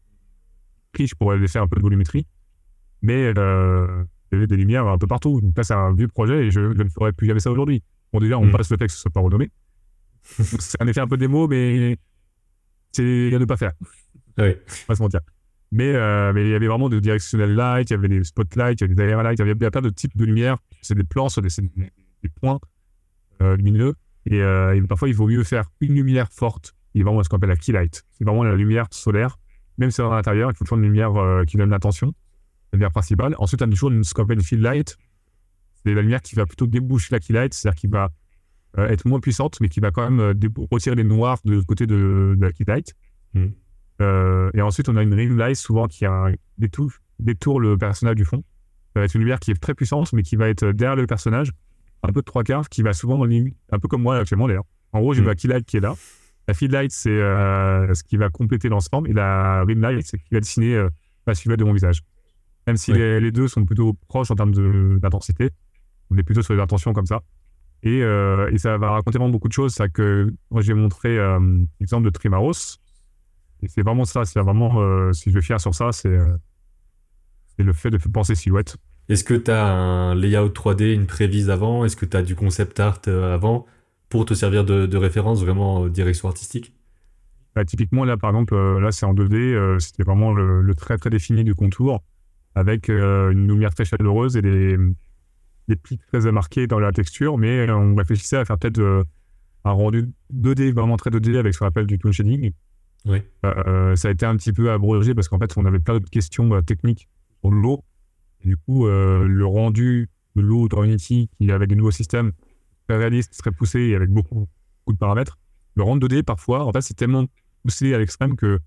riches pour aller faire un peu de volumétrie, mais euh, il y avait des lumières un peu partout. Donc là, c'est un vieux projet et je, je ne ferai plus jamais ça aujourd'hui. Bon, déjà, on Mm. passe le fait que ce soit pas renommé. Donc, c'est un effet un peu démo, mais c'est à ne pas faire. Ouais. On va se mentir. Mais, euh, mais il y avait vraiment des directional lights, il y avait des spotlights, il y avait des airlights, il y avait, il y avait plein de types de lumière. C'est des plans sur des, c'est des, des points euh, lumineux. Et, euh, et parfois, il vaut mieux faire une lumière forte. Il y a vraiment ce qu'on appelle la key light. C'est vraiment la lumière solaire. Même si c'est à l'intérieur, il faut toujours une lumière euh, qui donne l'attention, la lumière principale. Ensuite, on a toujours une, ce qu'on appelle une field light. C'est la lumière qui va plutôt déboucher la key light, c'est-à-dire qui va euh, être moins puissante, mais qui va quand même euh, dé- retirer les noirs de l'autre côté de, de la key light. Mm. Euh, et ensuite, on a une ring light souvent qui a un, détourne, détourne le personnage du fond. Ça va être une lumière qui est très puissante, mais qui va être derrière le personnage, un peu de trois quarts, qui va souvent, un peu comme moi actuellement d'ailleurs. En gros, j'ai Mm. ma key light qui est là. La field light, c'est euh, ce qui va compléter l'ensemble, et la ring light, c'est ce qui va dessiner euh, la silhouette de mon visage. Même si Ouais. les, les deux sont plutôt proches en termes de- d'intensité, on est plutôt sur les intentions comme ça. Et, euh, et ça va raconter vraiment beaucoup de choses. C'est que moi, j'ai montré euh, l'exemple de Trimaros. Et c'est vraiment ça, c'est vraiment, euh, si je vais fier sur ça, c'est euh, c'est le fait de penser silhouette. Est-ce que tu as un layout trois D, une prévise avant? Est-ce que tu as du concept art euh, avant pour te servir de, de référence vraiment euh, direction artistique? Bah, typiquement, là, par exemple, euh, là, c'est en deux D, euh, c'était vraiment le, le trait très défini du contour, avec euh, une lumière très chaleureuse et des, des plis très marqués dans la texture, mais on réfléchissait à faire peut-être euh, un rendu deux D, vraiment très deux D, avec ce qu'on appelle du toon shading. Oui. Euh, ça a été un petit peu abrogé parce qu'en fait, on avait plein d'autres questions euh, techniques sur l'eau. Et du coup, euh, le rendu de l'eau dans Unity, qui avec des nouveaux systèmes très réalistes, très poussés et avec beaucoup, beaucoup de paramètres, le rendu deux D, parfois, en fait, c'est tellement poussé à l'extrême que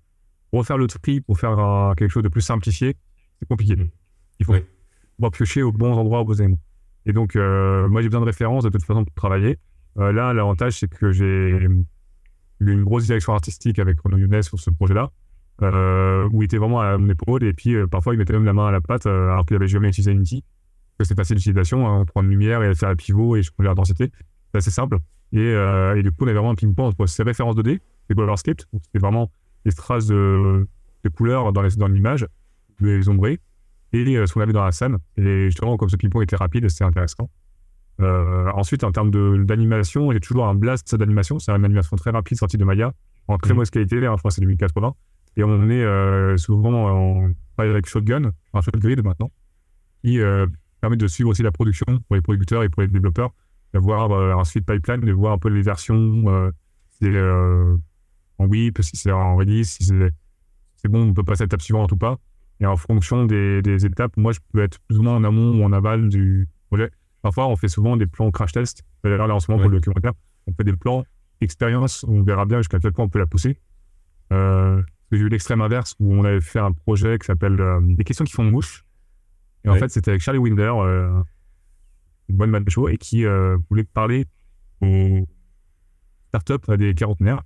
refaire le tri pour faire un, quelque chose de plus simplifié, c'est compliqué. Mmh. Il faut Oui. pouvoir piocher aux bons endroits, aux bons éléments. Et donc, euh, moi, j'ai besoin de références de toute façon pour travailler. Euh, là, l'avantage, c'est que j'ai eu une grosse direction artistique avec Renaud Younes sur ce projet-là, euh, où il était vraiment à mon épaule, et puis euh, parfois, il mettait même la main à la pâte, euh, alors qu'il n'avait jamais utilisé Unity. Parce que c'est facile d'utilisation, hein, on prend une lumière et faire un pivot et je prends la densité. C'est assez simple. Et, euh, et du coup, on avait vraiment un ping-pong entre ces références deux D, les color scripts, donc c'était vraiment les traces de, de couleurs dans, les, dans l'image, les ombrés, et euh, ce qu'on avait dans la scène. Et justement, comme ce ping-pong était rapide, c'était intéressant. Euh, ensuite, en termes de, d'animation, j'ai toujours un blast d'animation. C'est une animation très rapide sortie de Maya, en très mmh. mauvaise qualité, hein, je crois que c'est deux mille quatre-vingts. Et on est euh, souvent en avec Shotgun, un Shotgrid maintenant, qui euh, permet de suivre aussi la production pour les producteurs et pour les développeurs, d'avoir euh, un suite pipeline, de voir un peu les versions, euh, si c'est euh, en whip, si c'est en release, si c'est, c'est bon, on peut passer à l'étape suivante ou pas. Et en fonction des, des étapes, moi, je peux être plus ou moins en amont ou en aval du projet. Parfois, on fait souvent des plans crash test. D'ailleurs, là, en ce moment, ouais. pour le documentaire, on fait des plans expérience. On verra bien jusqu'à quel point on peut la pousser. Euh, j'ai eu l'extrême inverse où on avait fait un projet qui s'appelle euh, Des questions qui font mouche. Et en ouais. fait, c'était avec Charlie Winder, euh, une bonne man show, et qui euh, voulait parler aux startups, à des quarantenaires.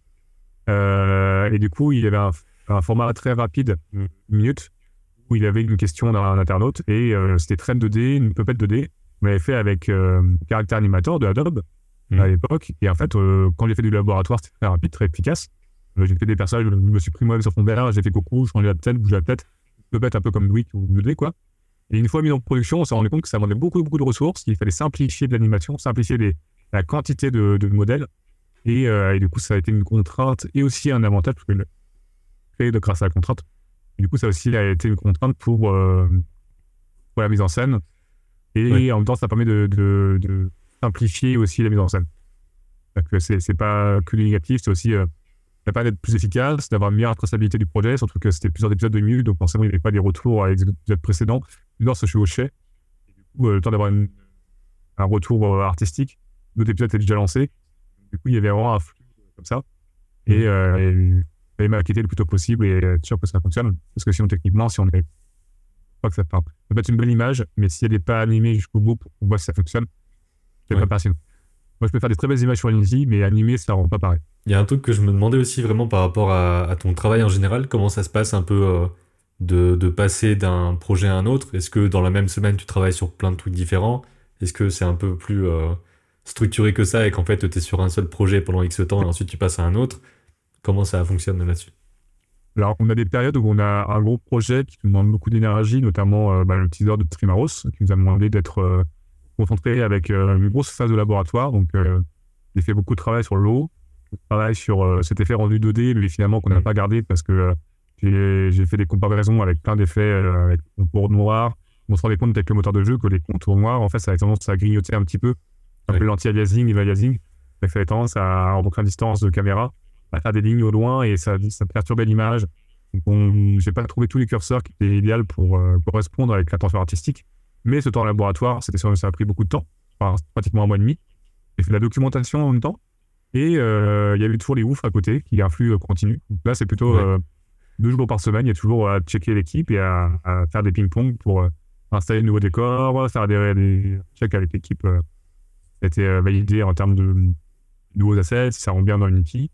Euh, et du coup, il y avait un, un format très rapide, une minute, où il avait une question d'un internaute, et euh, c'était Train deux D, une pupette deux D. On l'avait fait avec euh, Character Animator de Adobe mmh. à l'époque. Et en fait, euh, quand j'ai fait du laboratoire, c'était très rapide, très efficace. Euh, j'ai fait des personnages, je me suis pris moi-même sur fond vert, j'ai fait coucou, je changeais la tête, bougeais la tête, pupette un peu comme Dwick ou deux D, quoi. Et une fois mis en production, on s'est rendu compte que ça demandait beaucoup, beaucoup de ressources, qu'il fallait simplifier de l'animation, simplifier les, la quantité de, de modèles. Et, euh, et du coup, ça a été une contrainte et aussi un avantage, parce que le créé de grâce à la contrainte. Et du coup, ça aussi a été une contrainte pour, euh, pour la mise en scène. Et ouais. en même temps, ça permet de, de, de simplifier aussi la mise en scène. Donc, c'est, c'est pas que du négatif, c'est aussi euh, ça permet d'être plus efficace, d'avoir une meilleure traçabilité du projet, surtout que c'était plusieurs épisodes de minutes, donc forcément, il n'y avait pas des retours avec les épisodes précédents. L'heure se chevauchait. Du coup, euh, le temps d'avoir une, un retour euh, artistique, d'autres épisodes étaient déjà lancés. Du coup, il y avait vraiment un flux comme ça. Et il euh, fallait maqueter le plus tôt possible et être sûr que ça fonctionne. Parce que sinon, techniquement, si on est pas que ça part. Ça peut être une belle image, mais si elle n'est pas animée jusqu'au bout pour qu'on voit si ça fonctionne, c'est ouais. pas pareil. Moi, je peux faire des très belles images sur Unity, mais animer, ça ne rend pas pareil. Il y a un truc que je me demandais aussi vraiment par rapport à, à ton travail en général, comment ça se passe un peu euh, de, de passer d'un projet à un autre. Est-ce que dans la même semaine, tu travailles sur plein de trucs différents? Est-ce que c'est un peu plus euh, structuré que ça et qu'en fait, tu es sur un seul projet pendant X temps et ensuite tu passes à un autre? Comment ça fonctionne là-dessus? Alors, on a des périodes où on a un gros projet qui nous demande beaucoup d'énergie, notamment euh, bah, le teaser de Trimaros, qui nous a demandé d'être euh, concentré avec euh, une grosse phase de laboratoire. Donc, euh, j'ai fait beaucoup de travail sur l'eau, travail sur euh, cet effet rendu deux D, mais finalement qu'on n'a pas gardé parce que euh, j'ai, j'ai fait des comparaisons avec plein d'effets, euh, avec le contour noir. On se rendait compte avec le moteur de jeu que les contours noirs, en fait, ça avait tendance à grignoter un petit peu, un ouais. peu l'anti-aliasing et l'aliasing. Donc, ça avait tendance à rencontrer une distance de caméra, à faire des lignes au loin et ça, ça perturbait l'image. Donc, on, j'ai pas trouvé tous les curseurs qui étaient idéaux pour euh, correspondre avec l'intention artistique. Mais ce temps en laboratoire, c'était, ça a pris beaucoup de temps, enfin, pratiquement un mois et demi. J'ai fait de la documentation en même temps. Et euh, il y avait toujours les oufs à côté, qui influent euh, continu. Donc là, c'est plutôt ouais. euh, deux jours par semaine. Il y a toujours à checker l'équipe et à, à faire des ping-pong pour euh, installer de nouveaux décors, faire des, des checks avec l'équipe. Euh, ça a été euh, validé en termes de nouveaux assets, si ça rentre bien dans Unity.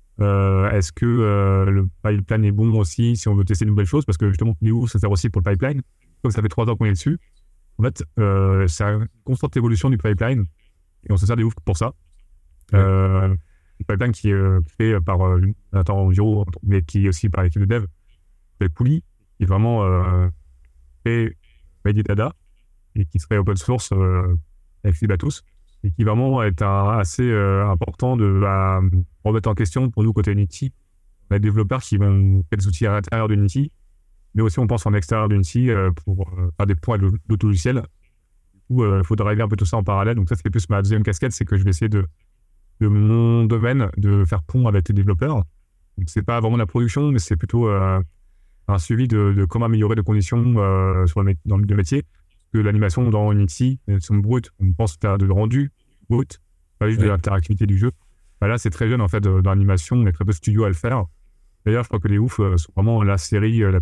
Euh, est-ce que euh, le pipeline est bon aussi si on veut tester de nouvelles choses? Parce que justement, les oufs, ça sert aussi pour le pipeline. Comme ça fait trois ans qu'on est dessus, en fait, euh, c'est une constante évolution du pipeline et on se sert des oufs pour ça. Ouais. Euh, le pipeline qui est euh, créé par euh, Nathan Giraud, mais qui est aussi par l'équipe de dev, c'est Pouli, qui est vraiment euh, fait Made Data et qui serait open source euh, accessible à tous et qui vraiment est un, assez euh, important de à, remettre en question pour nous côté Unity. On a des développeurs qui vont faire des outils à l'intérieur d'Unity, mais aussi on pense en extérieur d'Unity euh, pour euh, faire des ponts avec l'auto-logiciel. Du coup, il euh, faut driver un peu tout ça en parallèle. Donc ça, c'est plus ma deuxième casquette, c'est que je vais essayer de de mon domaine, de faire pont avec les développeurs. Donc, c'est pas vraiment la production, mais c'est plutôt euh, un suivi de, de comment améliorer les conditions euh, sur le, dans le métier. Parce que l'animation dans Unity, elles sont brutes. On pense faire de rendu brut, pas juste ouais. de l'interactivité du jeu. Bah là, c'est très jeune, en fait, dans l'animation. On est très peu studio à le faire. D'ailleurs, je crois que les oufs euh, sont vraiment la série. Euh, la...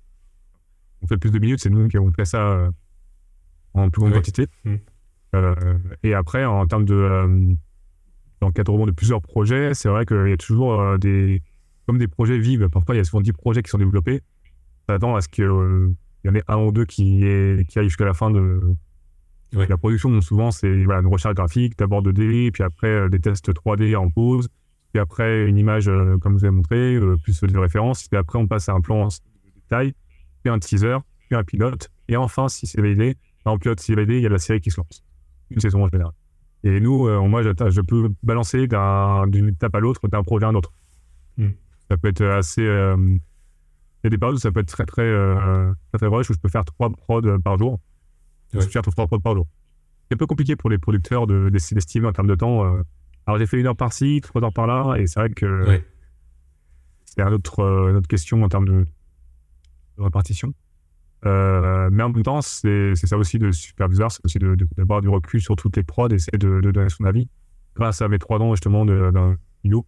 On fait le plus de minutes, c'est nous qui avons fait ça euh, en plus grande Oui. quantité. Mm. Euh, et après, en termes de euh, d'encadrement de plusieurs projets, c'est vrai qu'il y a toujours euh, des. Comme des projets vivent, parfois il y a souvent dix projets qui sont développés. Ça attend à ce qu'il euh, y en ait un ou deux qui, est, qui aillent jusqu'à la fin de. Ouais. La production, donc souvent, c'est voilà, une recherche graphique, d'abord deux D, puis après euh, des tests trois D en pause, puis après une image, euh, comme je vous ai montré, euh, plus de référence, puis après on passe à un plan de détail, puis un teaser, puis un pilote, et enfin, si c'est validé, en pilote, si c'est validé, il y a la série qui se lance. Une saison en général. Et nous, euh, moi, je, je peux balancer d'un, d'une étape à l'autre, d'un projet à un autre. Mm. Ça peut être assez... Euh, il y a des périodes où ça peut être très, très, euh, très, très rush, où je peux faire trois prods par jour. Ouais. Je peux faire trois prods par jour. C'est un peu compliqué pour les producteurs de, d'estimer en termes de temps. Euh. Alors, j'ai fait une heure par-ci, trois heures par-là, et c'est vrai que ouais. c'est une autre, euh, une autre question en termes de, de répartition. Euh, mais en même temps, c'est, c'est ça aussi de superviseur, c'est aussi de, de, d'avoir du recul sur toutes les prods et essayer de, de donner son avis. Grâce à mes trois ans, justement, de, d'un studio,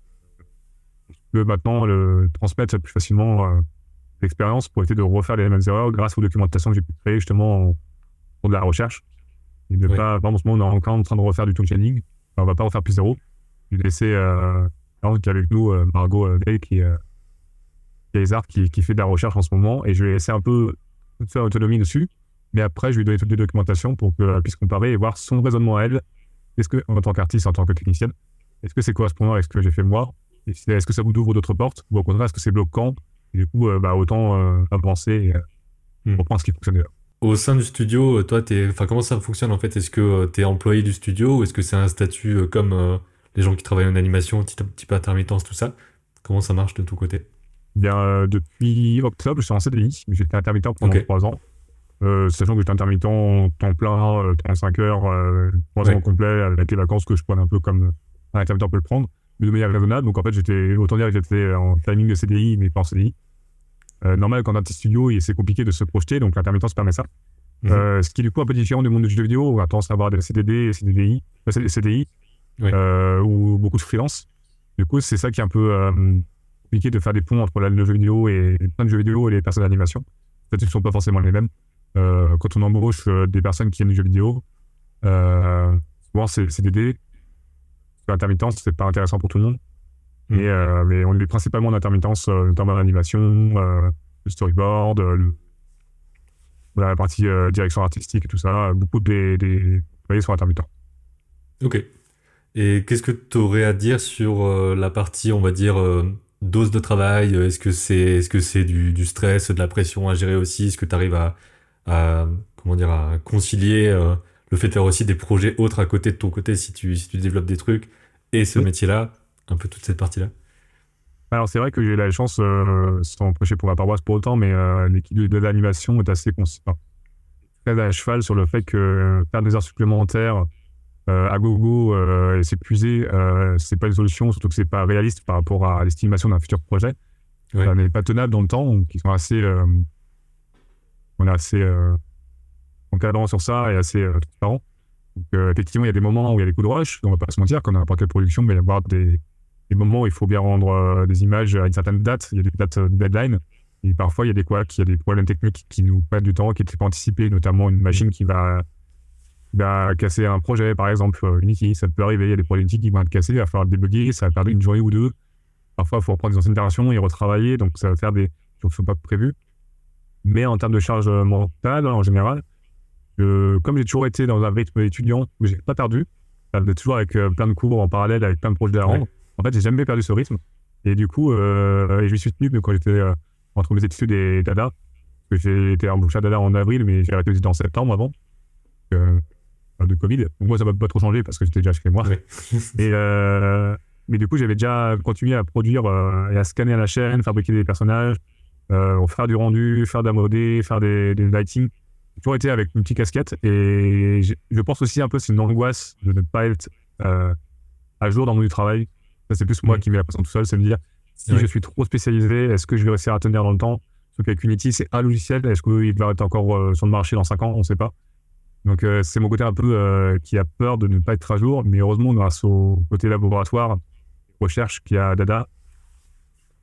je peux maintenant le transmettre plus facilement euh, l'expérience pour essayer de refaire les mêmes erreurs grâce aux documentations que j'ai pu créer, justement, en, pour de la recherche. Et de oui. pas, par exemple, on est encore en train de refaire du tool shading. Enfin, on va pas refaire plus zéro. Je vais laisser, euh, qui est avec nous, euh, Margot euh, Day, qui, euh, qui est les arts, qui, qui fait de la recherche en ce moment. Et je vais laisser un peu toute sa autonomie dessus. Mais après, je vais lui donner toutes les documentations pour qu'elle puisse comparer et voir son raisonnement à elle. Est-ce que, en tant qu'artiste, en tant que technicienne, est-ce que c'est correspondant avec ce que j'ai fait moi? Est-ce que ça vous ouvre d'autres portes? Ou au contraire, est-ce que c'est bloquant? Et du coup, euh, bah, autant euh, avancer et euh, hmm. reprendre ce qui fonctionne là. Au sein du studio, toi, t'es... Enfin, comment ça fonctionne en fait? Est-ce que tu es employé du studio ou est-ce que c'est un statut euh, comme euh, les gens qui travaillent en animation, petit, petit peu intermittence, tout ça? Comment ça marche de ton côté? Bien, euh, depuis octobre, je suis en C D I, mais j'étais intermittent pendant okay. trois ans. Euh, sachant que j'étais intermittent temps plein, euh, trente-cinq heures, euh, trois ouais. ans complet, avec les vacances que je prenais un peu comme un intermittent peut le prendre, mais de manière raisonnable. Donc en fait, j'étais, autant dire que j'étais en timing de C D I, mais pas en C D I. Euh, normal, quand on a un petit studio, c'est compliqué de se projeter, donc l'intermittence permet ça. Mmh. Euh, ce qui est du coup un peu différent du monde du jeu vidéo, où on a tendance à avoir des C D D et C D I, euh, C D I ouais. euh, ou beaucoup de freelance. Du coup, c'est ça qui est un peu euh, compliqué de faire des ponts entre le jeu vidéo et plein de jeux vidéo et les personnes d'animation. En fait, ils ne sont pas forcément les mêmes. Euh, quand on embauche euh, des personnes qui aiment le jeu vidéo, euh, souvent c'est C D D. L'intermittence, c'est pas intéressant pour tout le monde. Mmh. Et, euh, mais on est principalement en intermittence, euh, notamment en animation, euh, le storyboard, euh, le la partie euh, direction artistique et tout ça, beaucoup des, des employés sont intermittents. Ok. Et qu'est-ce que tu aurais à dire sur euh, la partie, on va dire, euh, dose de travail? Est-ce que c'est, est-ce que c'est du, du stress, de la pression à gérer aussi? Est-ce que tu arrives à, à, comment dire, à concilier euh, le fait de faire aussi des projets autres à côté de ton côté si tu, si tu développes des trucs et ce oui. métier-là, un peu toute cette partie-là? Alors c'est vrai que j'ai eu la chance, euh, sans prêcher pour la paroisse pour autant, mais euh, l'équipe de l'animation est assez consistante. Très à cheval sur le fait que faire des heures supplémentaires euh, à gogo euh, et s'épuiser, euh, c'est pas une solution, surtout que c'est pas réaliste par rapport à l'estimation d'un futur projet. Ouais. Ça n'est pas tenable dans le temps, donc ils sont assez, euh, on est assez euh, encadrant sur ça et assez euh, transparent. Donc euh, effectivement, il y a des moments où il y a des coups de rush, on va pas se mentir, comme dans n'importe quelle production, mais il va y avoir des des moments où il faut bien rendre euh, des images à une certaine date, il y a des dates euh, deadline, et parfois il y a des couacs, il y a des problèmes techniques qui nous prennent du temps, qui n'étaient pas anticipés, notamment une machine qui va, qui va casser un projet, par exemple, Unity, ça peut arriver, il y a des problématiques qui vont être cassées, il va falloir débugger, ça va perdre une journée ou deux, parfois il faut reprendre des anciennes versions et retravailler, donc ça va faire des choses qui ne sont pas prévues. Mais en termes de charge mentale, en général, je, comme j'ai toujours été dans un rythme étudiant où j'ai pas perdu, toujours avec euh, plein de cours en parallèle, avec plein de projets à rendre, ouais. En fait, j'ai jamais perdu ce rythme. Et du coup, euh, et je m'y suis tenu quand j'étais euh, entre mes études et Dada. Parce que j'ai été embauché à Dada en avril, mais j'ai arrêté les études en septembre avant. Euh, de Covid. Donc moi, ça m'a pas trop changé parce que j'étais déjà chez moi. Oui. et, euh, mais du coup, j'avais déjà continué à produire euh, et à scanner à la chaîne, fabriquer des personnages, euh, faire du rendu, faire de la modé, faire des, des lighting. J'ai toujours été avec une petite casquette. Et je pense aussi un peu c'est une angoisse de ne pas être euh, à jour dans le monde du travail. Ça, c'est plus moi mmh. qui mets la pression tout seul, c'est me dire si ouais. je suis trop spécialisé, est-ce que je vais réussir à tenir dans le temps? Sauf qu'avec Unity, c'est un logiciel, est-ce qu'il va être encore euh, sur le marché dans cinq ans? On ne sait pas. Donc, euh, c'est mon côté un peu euh, qui a peur de ne pas être à jour, mais heureusement, grâce au côté laboratoire, recherche qu'il y a à Dada, je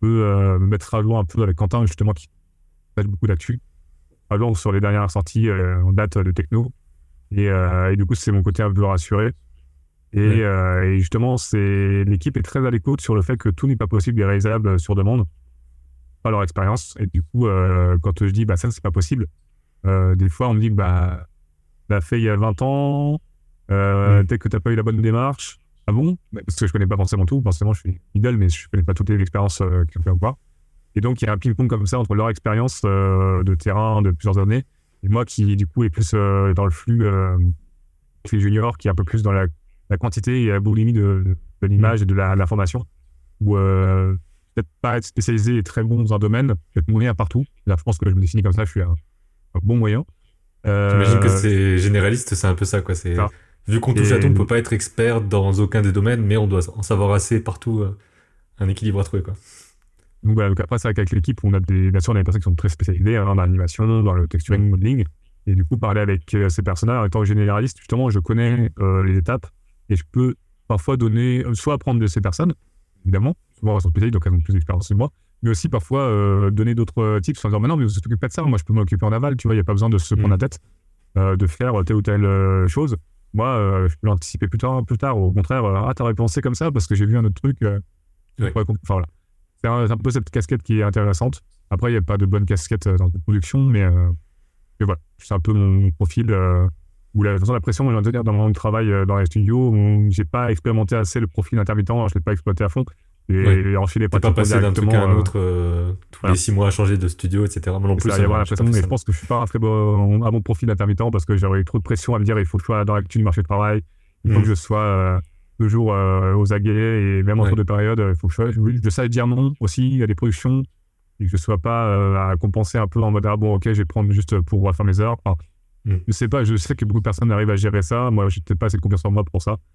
peux euh, me mettre à jour un peu avec Quentin, justement, qui passe beaucoup d'actu, à jour sur les dernières sorties euh, en date de techno. Et, euh, et du coup, c'est mon côté un peu rassuré. Et, Ouais. euh, et justement, c'est, l'équipe est très à l'écoute sur le fait que tout n'est pas possible et réalisable sur demande, pas leur expérience. Et du coup, euh, quand je dis, bah, ça, c'est pas possible, euh, des fois, on me dit, bah, t'as fait il y a vingt ans, euh, Mm. peut-être que t'as pas eu la bonne démarche. Ah bon? Bah, parce que je connais pas forcément tout. Forcément, je suis idole, mais je connais pas toutes les expériences euh, qu'ils ont fait ou pas. Et donc, il y a un ping-pong comme ça entre leur expérience euh, de terrain de plusieurs années et moi qui, du coup, est plus euh, dans le flux, euh, flux junior, qui est un peu plus dans la, la quantité et la boulimie de, de Mm. l'image et de la- l'information, où euh, peut-être pas être spécialisé et très bon dans un domaine, peut-être moyen partout. Là, je pense que je me définis comme ça, je suis un, un bon moyen. J'imagine que Euh, c'est généraliste, c'est un peu ça, quoi. C'est ça. vu qu'on touche à tout, Et on peut pas être expert dans aucun des domaines, mais on doit en savoir assez partout, euh, un équilibre à trouver, quoi. donc, voilà, donc après, c'est vrai qu'avec l'équipe, on a des, bien sûr, on a des personnes qui sont très spécialisées hein, dans l'animation, dans le Mm. texturing, modeling. Et du coup, parler avec euh, ces personnes-là, en étant généraliste, justement, je connais euh, les étapes et je peux parfois donner, euh, soit apprendre de ces personnes, évidemment, souvent elles sont spécialistes, donc elles ont plus d'expérience que moi, mais aussi parfois euh, donner d'autres euh, tips en disant, mais non, mais vous ne t'occupez pas de ça, moi je peux m'occuper en aval, tu vois, il n'y a pas besoin de se prendre la Mm. tête, euh, de faire telle ou telle euh, chose. Moi, euh, je peux l'anticiper plus tard, plus tard. Au contraire, euh, ah, t'aurais pensé comme ça parce que j'ai vu un autre truc. euh, on Ouais. pourrait comp- enfin, voilà. C'est un, c'est un peu cette casquette qui est intéressante. Après, il n'y a pas de bonne casquette euh, dans la production, mais, euh, mais voilà, c'est un peu mon profil euh, où la, de toute façon, la pression, je vais dire, dans mon travail euh, dans les studios, où j'ai pas expérimenté assez le profil intermittent, je l'ai pas exploité à fond, et, Ouais. et enchaîné T'es pas pratiquement passé d'un truc à directement. un Euh, autre euh, tous les voilà. six mois à changer de studio, et cetera. Moi non Et plus, ça, il y ça, avoir la j'ai pas pression, fait et je ça. pense que je suis pas un très bon à mon profil intermittent parce que j'aurais eu trop de pression à me dire il faut que je sois dans l'actu du marché du travail, il faut que Mm. je sois euh, toujours euh, aux aguets et même entre Ouais. deux périodes, il faut que je, sois- je, je sache dire non aussi à des productions et que je sois pas euh, à compenser un peu en mode ah bon ok je vais prendre juste pour faire mes heures. Enfin, Mm. je sais pas, je sais que beaucoup de personnes arrivent à gérer ça, moi j'ai peut-être pas assez de confiance en moi pour ça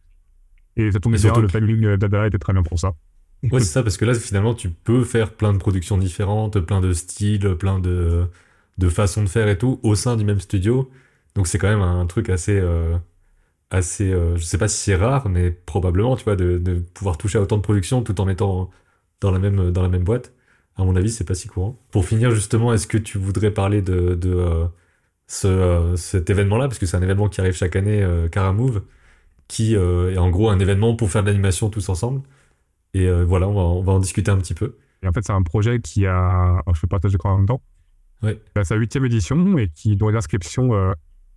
et ça Et tombait bien, surtout le que, timing d'Ada était très bien pour ça. ouais, c'est ça, parce que là, finalement, tu peux faire plein de productions différentes, plein de styles, plein de, de façons de faire et tout, au sein du même studio. Donc c'est quand même un truc assez, euh, assez, euh, je sais pas si c'est rare, mais probablement, tu vois, de, de pouvoir toucher à autant de productions tout en étant dans la même, dans la même boîte. À mon avis, c'est pas si courant. Pour finir, justement, est-ce que tu voudrais parler de, de euh, ce, euh, cet événement-là, parce que c'est un événement qui arrive chaque année, euh, Caramove, qui euh, est en gros un événement pour faire de l'animation tous ensemble. Et euh, voilà, on va, on va en discuter un petit peu. Et en fait c'est un projet qui a, alors, je fais partage de en même temps, Ouais. c'est sa huitième édition et qui dont les inscriptions euh,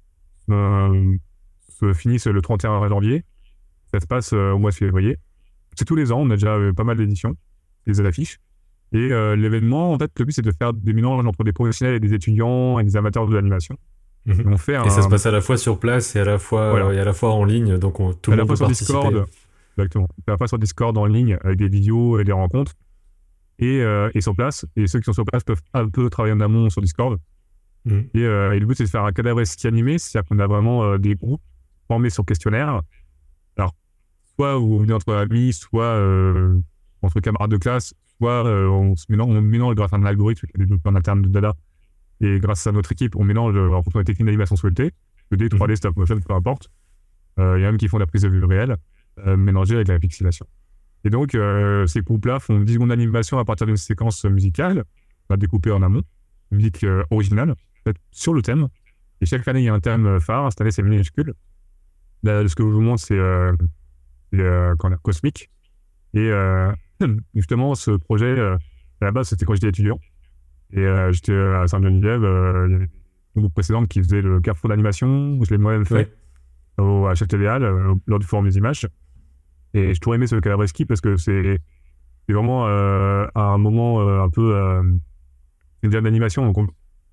euh, se finissent le trente et un janvier. Ça se passe euh, au mois de février. C'est tous les ans, on a déjà euh, pas mal d'éditions, des affiches. Et euh, l'événement, en fait, le but, c'est de faire des mélanges entre des professionnels et des étudiants et des amateurs de l'animation. Et Mhm. on fait Et ça se un... passe à la fois sur place et à la fois, Voilà. euh, et à la fois en ligne, donc on- tout À le la monde fois peut sur participer. Discord, exactement. À la fois sur Discord en ligne, avec des vidéos et des rencontres. Et, euh, et sur place. Et ceux qui sont sur place peuvent un peu travailler en amont sur Discord. Mhm. Et, euh, et le but, c'est de faire un cadavre ski animé. C'est-à-dire qu'on a vraiment euh, des groupes formés sur questionnaire. Alors, soit vous venez entre amis, soit euh, entre camarades de classe, soit euh, on se mélange, on mélange grâce à un algorithme qui est développé en interne de Dada. Et grâce à notre équipe, on mélange euh, en fonction des techniques d'animation souhaitées, deux D, trois D, Mhm. stop motion, peu importe. Euh, Il y a même qui font de la prise de vue réelle, euh, mélangée avec la pixelation. Et donc, euh, ces groupes-là font dix secondes d'animation à partir d'une séquence musicale, on va découper en amont, une musique euh, originale, faite sur le thème. Et chaque année, il y a un thème phare. Cette année, c'est minuscule. Là, ce que je vous montre, c'est euh, c'est, euh, comment dire, cosmique. Et euh, justement, ce projet, euh, à la base, c'était quand j'étais étudiant. Et euh, j'étais à Saint-Geneviève, euh, il y avait une groupe précédente qui faisait le carrefour d'animation, où je l'ai moi-même fait, Ouais. au, à Châtelet-Léal, euh, lors du forum des images. Et j'ai toujours aimé ce Calabreski parce que c'est c'est vraiment euh, un moment euh, un peu. Euh, c'est une jam d'animation, donc on,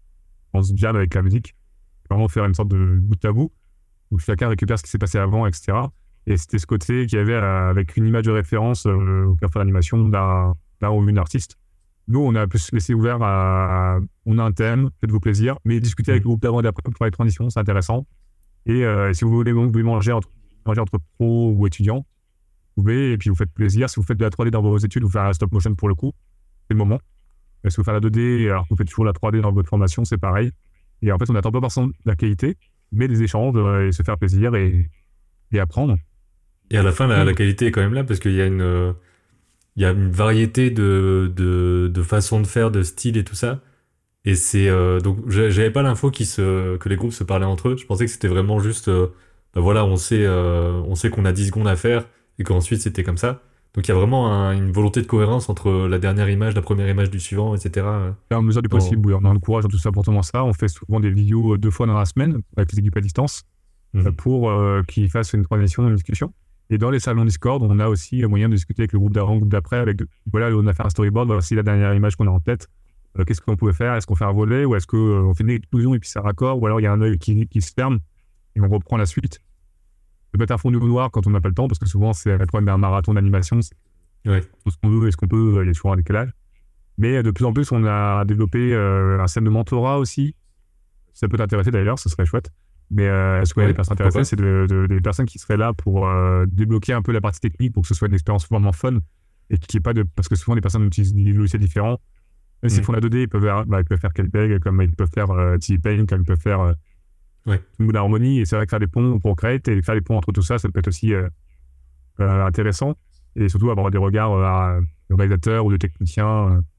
on se jam avec la musique. Vraiment faire une sorte de bout à bout, où chacun récupère ce qui s'est passé avant, et cetera. Et c'était ce côté qu'il y avait euh, avec une image de référence euh, au carrefour d'animation d'un d'un ou une artiste. Nous, on a plus laissé ouvert à, à- on a un thème, faites-vous plaisir, mais discuter avec Mhm. le groupe d'avant et d'après pour faire les transitions, c'est intéressant. Et euh, si vous voulez donc vous manger entre, manger entre pro ou étudiants, vous pouvez, et puis vous faites plaisir. Si vous faites de la trois D dans vos études, vous faites la stop motion pour le coup, c'est le moment. Si vous faites la deux D, alors que vous faites toujours la trois D dans votre formation, c'est pareil. Et en fait, on n'attend pas forcément de la qualité, mais des échanges euh, et se faire plaisir et, et apprendre. Et à la fin, la, la qualité est quand même là parce qu'il y a une, euh, il y a une variété de, de, de façons de faire, de style et tout ça. Et c'est euh, donc j'a- j'avais pas l'info qui se que les groupes se parlaient entre eux. Je pensais que c'était vraiment juste euh, bah voilà, on sait euh, on sait qu'on a dix secondes à faire et qu'ensuite c'était comme ça. Donc il y a vraiment un- une volonté de cohérence entre la dernière image, la première image du suivant, et cetera. Et en mesure du Dans... possible, oui, on encourage tout ça fortement ça. On fait souvent des vidéos euh, deux fois dans la semaine avec les équipes à distance euh, Mhm. pour euh, qu'ils fassent une transition, une discussion. Et dans les salons Discord, on a aussi euh, moyen de discuter avec le groupe d'avant, le groupe d'après. Avec de- voilà, on a fait un storyboard, voici la dernière image qu'on a en tête. Euh, qu'est-ce qu'on pouvait faire? Est-ce qu'on fait un volet ou est-ce qu'on fait une explosion et puis ça raccord? Ou alors il y a un œil qui, qui se ferme et on reprend la suite. Ça peut être un fond noir quand on n'a pas le temps parce que souvent c'est le problème d'un marathon d'animation. C'est Ouais. tout ce qu'on veut et ce qu'on peut, euh, il y a toujours un décalage. Mais euh, de plus en plus, on a développé euh, un système de mentorat aussi. Ça peut t'intéresser d'ailleurs, ce serait chouette. Mais euh, est-ce qu'il y a des Ouais, personnes pourquoi intéressées? pas. C'est de, de- des personnes qui seraient là pour euh, débloquer un peu la partie technique pour que ce soit une expérience vraiment fun et qu'il n'y ait pas de. Parce que souvent, les personnes utilisent des logiciels différents. Même s'ils Mhm. font la deux D, ils peuvent, faire- bah, ils peuvent faire Calpeg, comme ils peuvent faire euh, T-Paint, comme ils peuvent faire euh, Ouais. Mood Harmony. Et c'est vrai que faire des ponts pour Create et faire des ponts entre tout ça, ça peut être aussi euh, euh, intéressant. Et surtout avoir des regards euh, à- de réalisateurs ou de techniciens euh,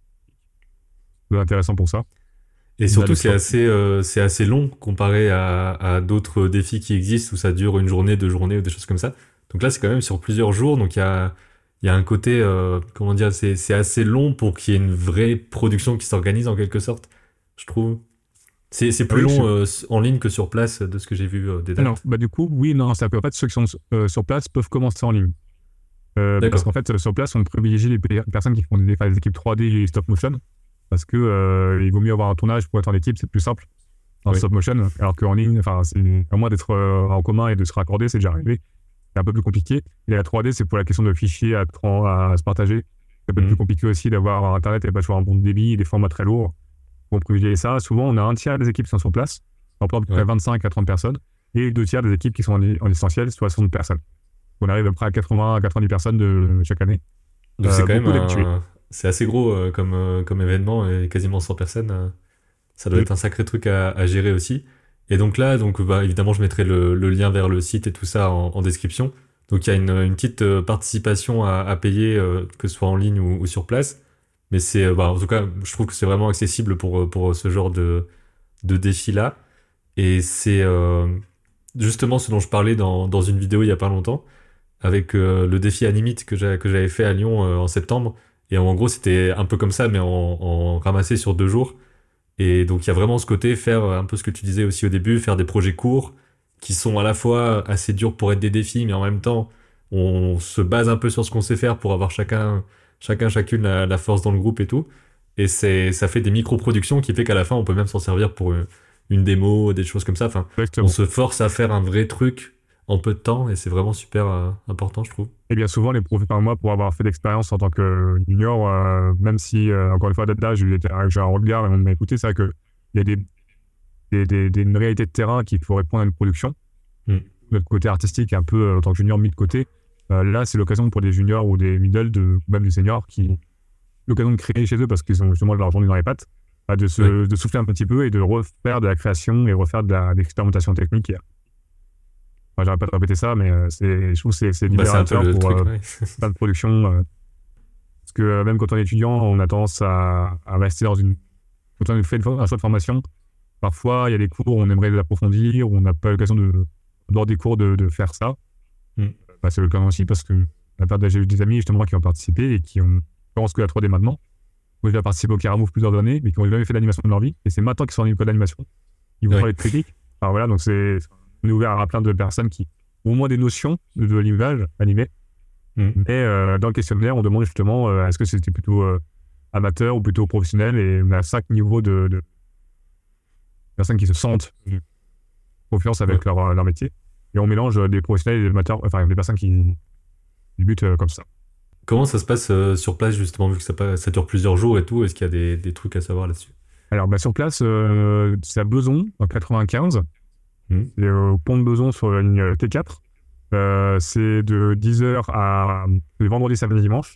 c'est intéressant pour ça. Et On a surtout, le c'est cloud. assez, euh, c'est assez long comparé à, à d'autres défis qui existent où ça dure une journée, deux journées ou des choses comme ça. Donc là, c'est quand même sur plusieurs jours. Donc il y a, il y a un côté, euh, comment dire, c'est, c'est assez long pour qu'il y ait une vraie production qui s'organise en quelque sorte, je trouve. C'est, c'est Ah plus oui, je- long euh, en ligne que sur place de ce que j'ai vu euh, des Alors, dates. bah, du coup, oui, non, ça peut en fait, ceux qui sont euh, sur place peuvent commencer en ligne. Euh, parce D'accord. qu'en fait, euh, sur place, on privilégie les pe- personnes qui font des, enfin, des équipes trois D et stop motion. Parce que euh, il vaut mieux avoir un tournage pour être en équipe, c'est plus simple en Oui. stop motion. Alors qu'en ligne, enfin, c'est à moins d'être euh, en commun et de se raccorder, c'est déjà arrivé. C'est un peu plus compliqué. Et la trois D, c'est pour la question de fichiers à, tran- à se partager. Ça peut être plus Mhm. compliqué aussi d'avoir Internet et pas toujours un bon débit, des formats très lourds. On privilégie ça. Souvent, on a un tiers des équipes qui sont sur place, on peut à peu près Ouais. vingt-cinq à trente personnes, et deux tiers des équipes qui sont en, en essentiel, soixante personnes. On arrive à peu près à quatre-vingts à quatre-vingt-dix personnes de chaque année. Donc c'est Euh, quand même beaucoup d'habitués. un, c'est assez gros euh, comme, euh, comme événement et quasiment cent personnes. euh, Ça doit Mm. être un sacré truc à, à gérer aussi. Et donc là, donc, bah, évidemment, je mettrai le, le lien vers le site et tout ça en, en description. Donc il y a une, une petite euh, participation à, à payer, euh, que ce soit en ligne ou, ou sur place. Mais c'est, euh, bah, en tout cas, je trouve que c'est vraiment accessible pour, euh, pour ce genre de, de défi-là. Et c'est euh, justement ce dont je parlais dans, dans une vidéo il y a pas longtemps, avec euh, le défi Animite que j'a- que j'avais fait à Lyon euh, en septembre. Et en gros, c'était un peu comme ça, mais en, en ramassé sur deux jours. Et donc il y a vraiment ce côté, faire un peu ce que tu disais aussi au début, faire des projets courts qui sont à la fois assez durs pour être des défis, mais en même temps, on se base un peu sur ce qu'on sait faire pour avoir chacun, chacun chacune la, la force dans le groupe et tout. Et c'est, ça fait des micro-productions qui fait qu'à la fin, on peut même s'en servir pour une, une démo, des choses comme ça. Enfin, on Exactement. se force à faire un vrai truc en peu de temps et c'est vraiment super euh, important, je trouve. Et bien souvent, les profs par moi, pour avoir fait d'expérience en tant que junior, euh, même si, euh, encore une fois, là, j'ai eu des- j'ai un regard et on m'a écouté, c'est vrai qu'il y a des, des, des, des- une réalité de terrain qu'il faut répondre à une production. Mm. Notre côté artistique est un peu, euh, en tant que junior, mis de côté. Euh, là, c'est l'occasion pour des juniors ou des middle, de, ou même des seniors, qui l'occasion de créer chez eux parce qu'ils ont justement de l'argent dans les pattes, bah, de, Oui. se, de souffler un petit peu et de refaire de la création et refaire de la- de l'expérimentation technique. Enfin, j'arrête pas de répéter ça, mais euh, c'est, je trouve que c'est, c'est Bah, c'est un peu libérateur le pour truc, euh, ouais. plein de productions. euh, parce que euh, même quand on est étudiant, on a tendance à, à rester dans une. Quand on fait une, un choix de formation, parfois il y a des cours où on aimerait l'approfondir, où on n'a pas l'occasion de, lors des cours de, de faire ça. Mm. Bah, c'est le cas aussi parce que la part j'ai eu des amis justement qui ont participé et qui ont pensent que la trois D maintenant. Moi, j'ai participé au Caramove plusieurs années, mais qui n'ont jamais fait d'animation de leur vie. Et c'est maintenant qu'ils sont en école d'animation. Ils vont Ouais. parler de critique. Alors voilà, donc c'est, on est ouvert à plein de personnes qui ont au moins des notions de, de l'image animée. Mm. Mais euh, dans le questionnaire, on demande justement euh, est-ce que c'était plutôt euh, amateur ou plutôt professionnel. Et on a cinq niveaux de, de personnes qui se sentent en confiance avec Ouais. leur, euh, leur métier. Et on mélange euh, des professionnels et des amateurs, enfin des personnes qui débutent euh, comme ça. Comment ça se passe euh, sur place, justement, vu que ça, pa- ça dure plusieurs jours et tout? Est-ce qu'il y a des, des trucs à savoir là-dessus? Alors bah, sur place, euh, c'est à Beson, en quatre-vingt-quinze. Mm. C'est au pont de Beson sur la ligne T quatre. Euh, c'est de dix heures à le vendredi, samedi, dimanche.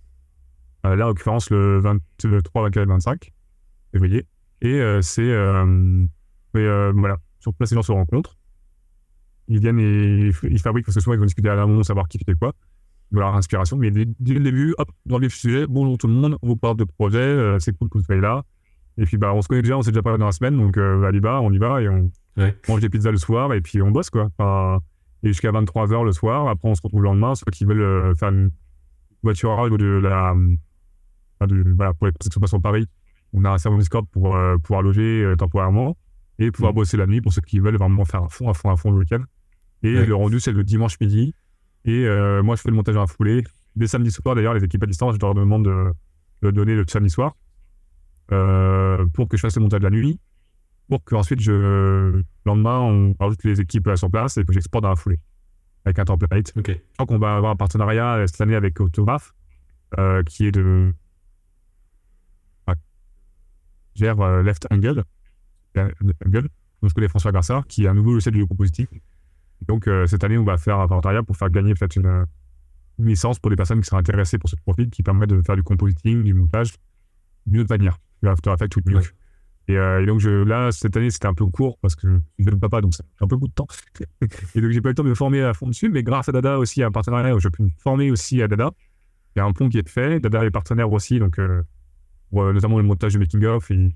Euh, là, en l'occurrence, le vingt-trois, vingt-quatre, vingt-cinq février. Et euh, c'est. Euh, mais, euh, voilà, sur place, les gens se rencontrent. Ils viennent et ils fabriquent, parce que souvent, ils vont discuter à l'amont, savoir qui fait quoi. de leur inspiration. Mais dès, dès le début, hop, dans le vif du sujet, bonjour tout le monde, on vous parle de projet, euh, c'est cool que vous soyez là. Et puis, bah, on se connaît déjà, on s'est déjà parlé dans la semaine, donc euh, allez, bah, on y va et on Ouais. mange des pizzas le soir et puis on bosse, quoi. Enfin, et jusqu'à vingt-trois heures le soir, après on se retrouve le lendemain, ceux qui veulent euh, faire une voiturage ou de la... enfin, de, voilà, pour les personnes qui sont pas sur Paris, on a un serveur Discord pour euh, pouvoir loger euh, temporairement et pouvoir Mm. bosser la nuit pour ceux qui veulent vraiment faire à fond, à fond, à fond le week-end. Et Ouais. le rendu, c'est le dimanche midi. Et euh, moi, je fais le montage dans la foulée. Dès samedi soir, d'ailleurs, les équipes à distance, je leur demande de, de donner le samedi soir euh, pour que je fasse le montage de la nuit, pour qu'ensuite, je, le lendemain, on rajoute les équipes sur place et que j'exporte dans la foulée avec un template. Ok. Je crois qu'on va avoir un partenariat euh, cette année avec Autograph, euh, qui est de... ah, gère euh, Left Angle, euh, Angle, donc je connais François Garçard, qui est un nouveau logiciel de compositing. Donc euh, cette année, on va faire un partenariat pour faire gagner peut-être une, une licence pour des personnes qui seraient intéressées pour ce profil, qui permet de faire du compositing, du montage, d'une autre manière, du After Effects ou du Nuke. Ouais. Et, euh, et donc je, là, cette année, c'était un peu court parce que je suis jeune papa, donc ça fait un peu beaucoup de temps. Et donc j'ai pas eu le temps de me former à fond dessus, mais grâce à Dada aussi, à un partenariat où je peux me former aussi à Dada. Il y a un pont qui est fait, Dada est partenaire aussi, donc euh, pour, euh, notamment le montage du making-of, il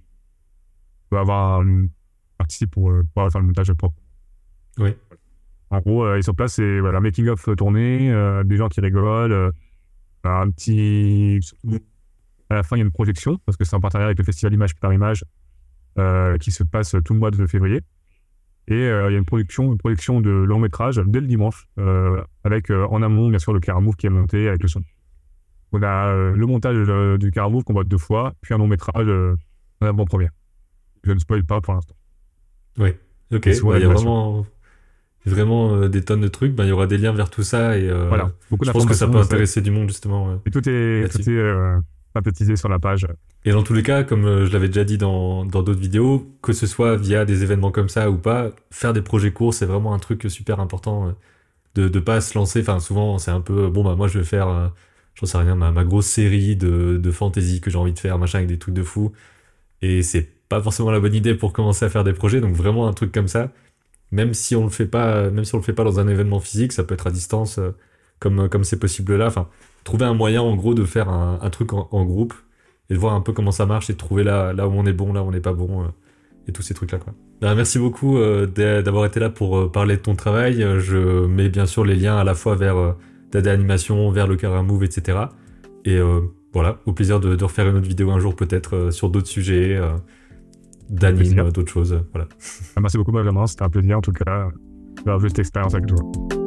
va avoir un participe pour euh, pouvoir faire le montage propre. Ouais. En gros, euh, ils sont sur place, c'est voilà, making-of tourné, euh, des gens qui rigolent, euh, un petit... À la fin, il y a une projection, parce que c'est un partenariat avec le festival Image par Image, euh, qui se passe tout le mois de février. Et euh, il y a une production, une projection de long métrage dès le dimanche, euh, avec euh, en amont, bien sûr, le Caramove qui est monté avec le son. On a euh, le montage euh, du Caramove qu'on voit deux fois, puis un long métrage euh, en avant-première. Je ne spoil pas pour l'instant. Ouais. Ok. Et souvent Bah, il y a l'animation. vraiment, vraiment euh, des tonnes de trucs. Bah, il y aura des liens vers tout ça et euh, Voilà, beaucoup je pense que ça d'informations. peut euh, c'est- intéresser du monde justement euh, Et tout est, tout là-dessus. est euh, synthétisé sur la page. Et dans tous les cas, comme euh, je l'avais déjà dit dans dans d'autres vidéos, que ce soit via des événements comme ça ou pas, faire des projets courts, c'est vraiment un truc super important. euh, de de pas se lancer. Enfin, souvent, c'est un peu bon bah moi je vais faire, euh, j'en sais rien, ma, ma grosse série de de fantasy que j'ai envie de faire, machin avec des trucs de fou. Et c'est pas forcément la bonne idée pour commencer à faire des projets. Donc vraiment un truc comme ça, même si on le fait pas, même si on le fait pas dans un événement physique, ça peut être à distance, euh, comme comme c'est possible là. Enfin, trouver un moyen en gros de faire un, un truc en, en groupe et de voir un peu comment ça marche et de trouver là là où on est bon, là où on n'est pas bon. euh, et tous ces trucs-là, quoi. Ben, merci beaucoup euh, d'a- d'avoir été là pour euh, parler de ton travail. Euh, Je mets bien sûr les liens à la fois vers euh, Dada Animation, vers le Caramove, et cetera. Et euh, voilà, au plaisir de, de refaire une autre vidéo un jour peut-être euh, sur d'autres sujets, euh, Avec d'anime, plaisir. euh, d'autres choses. euh, Voilà. Ah, merci beaucoup, Benjamin. C'était un plaisir, en tout cas, d'avoir vu cette expérience avec toi.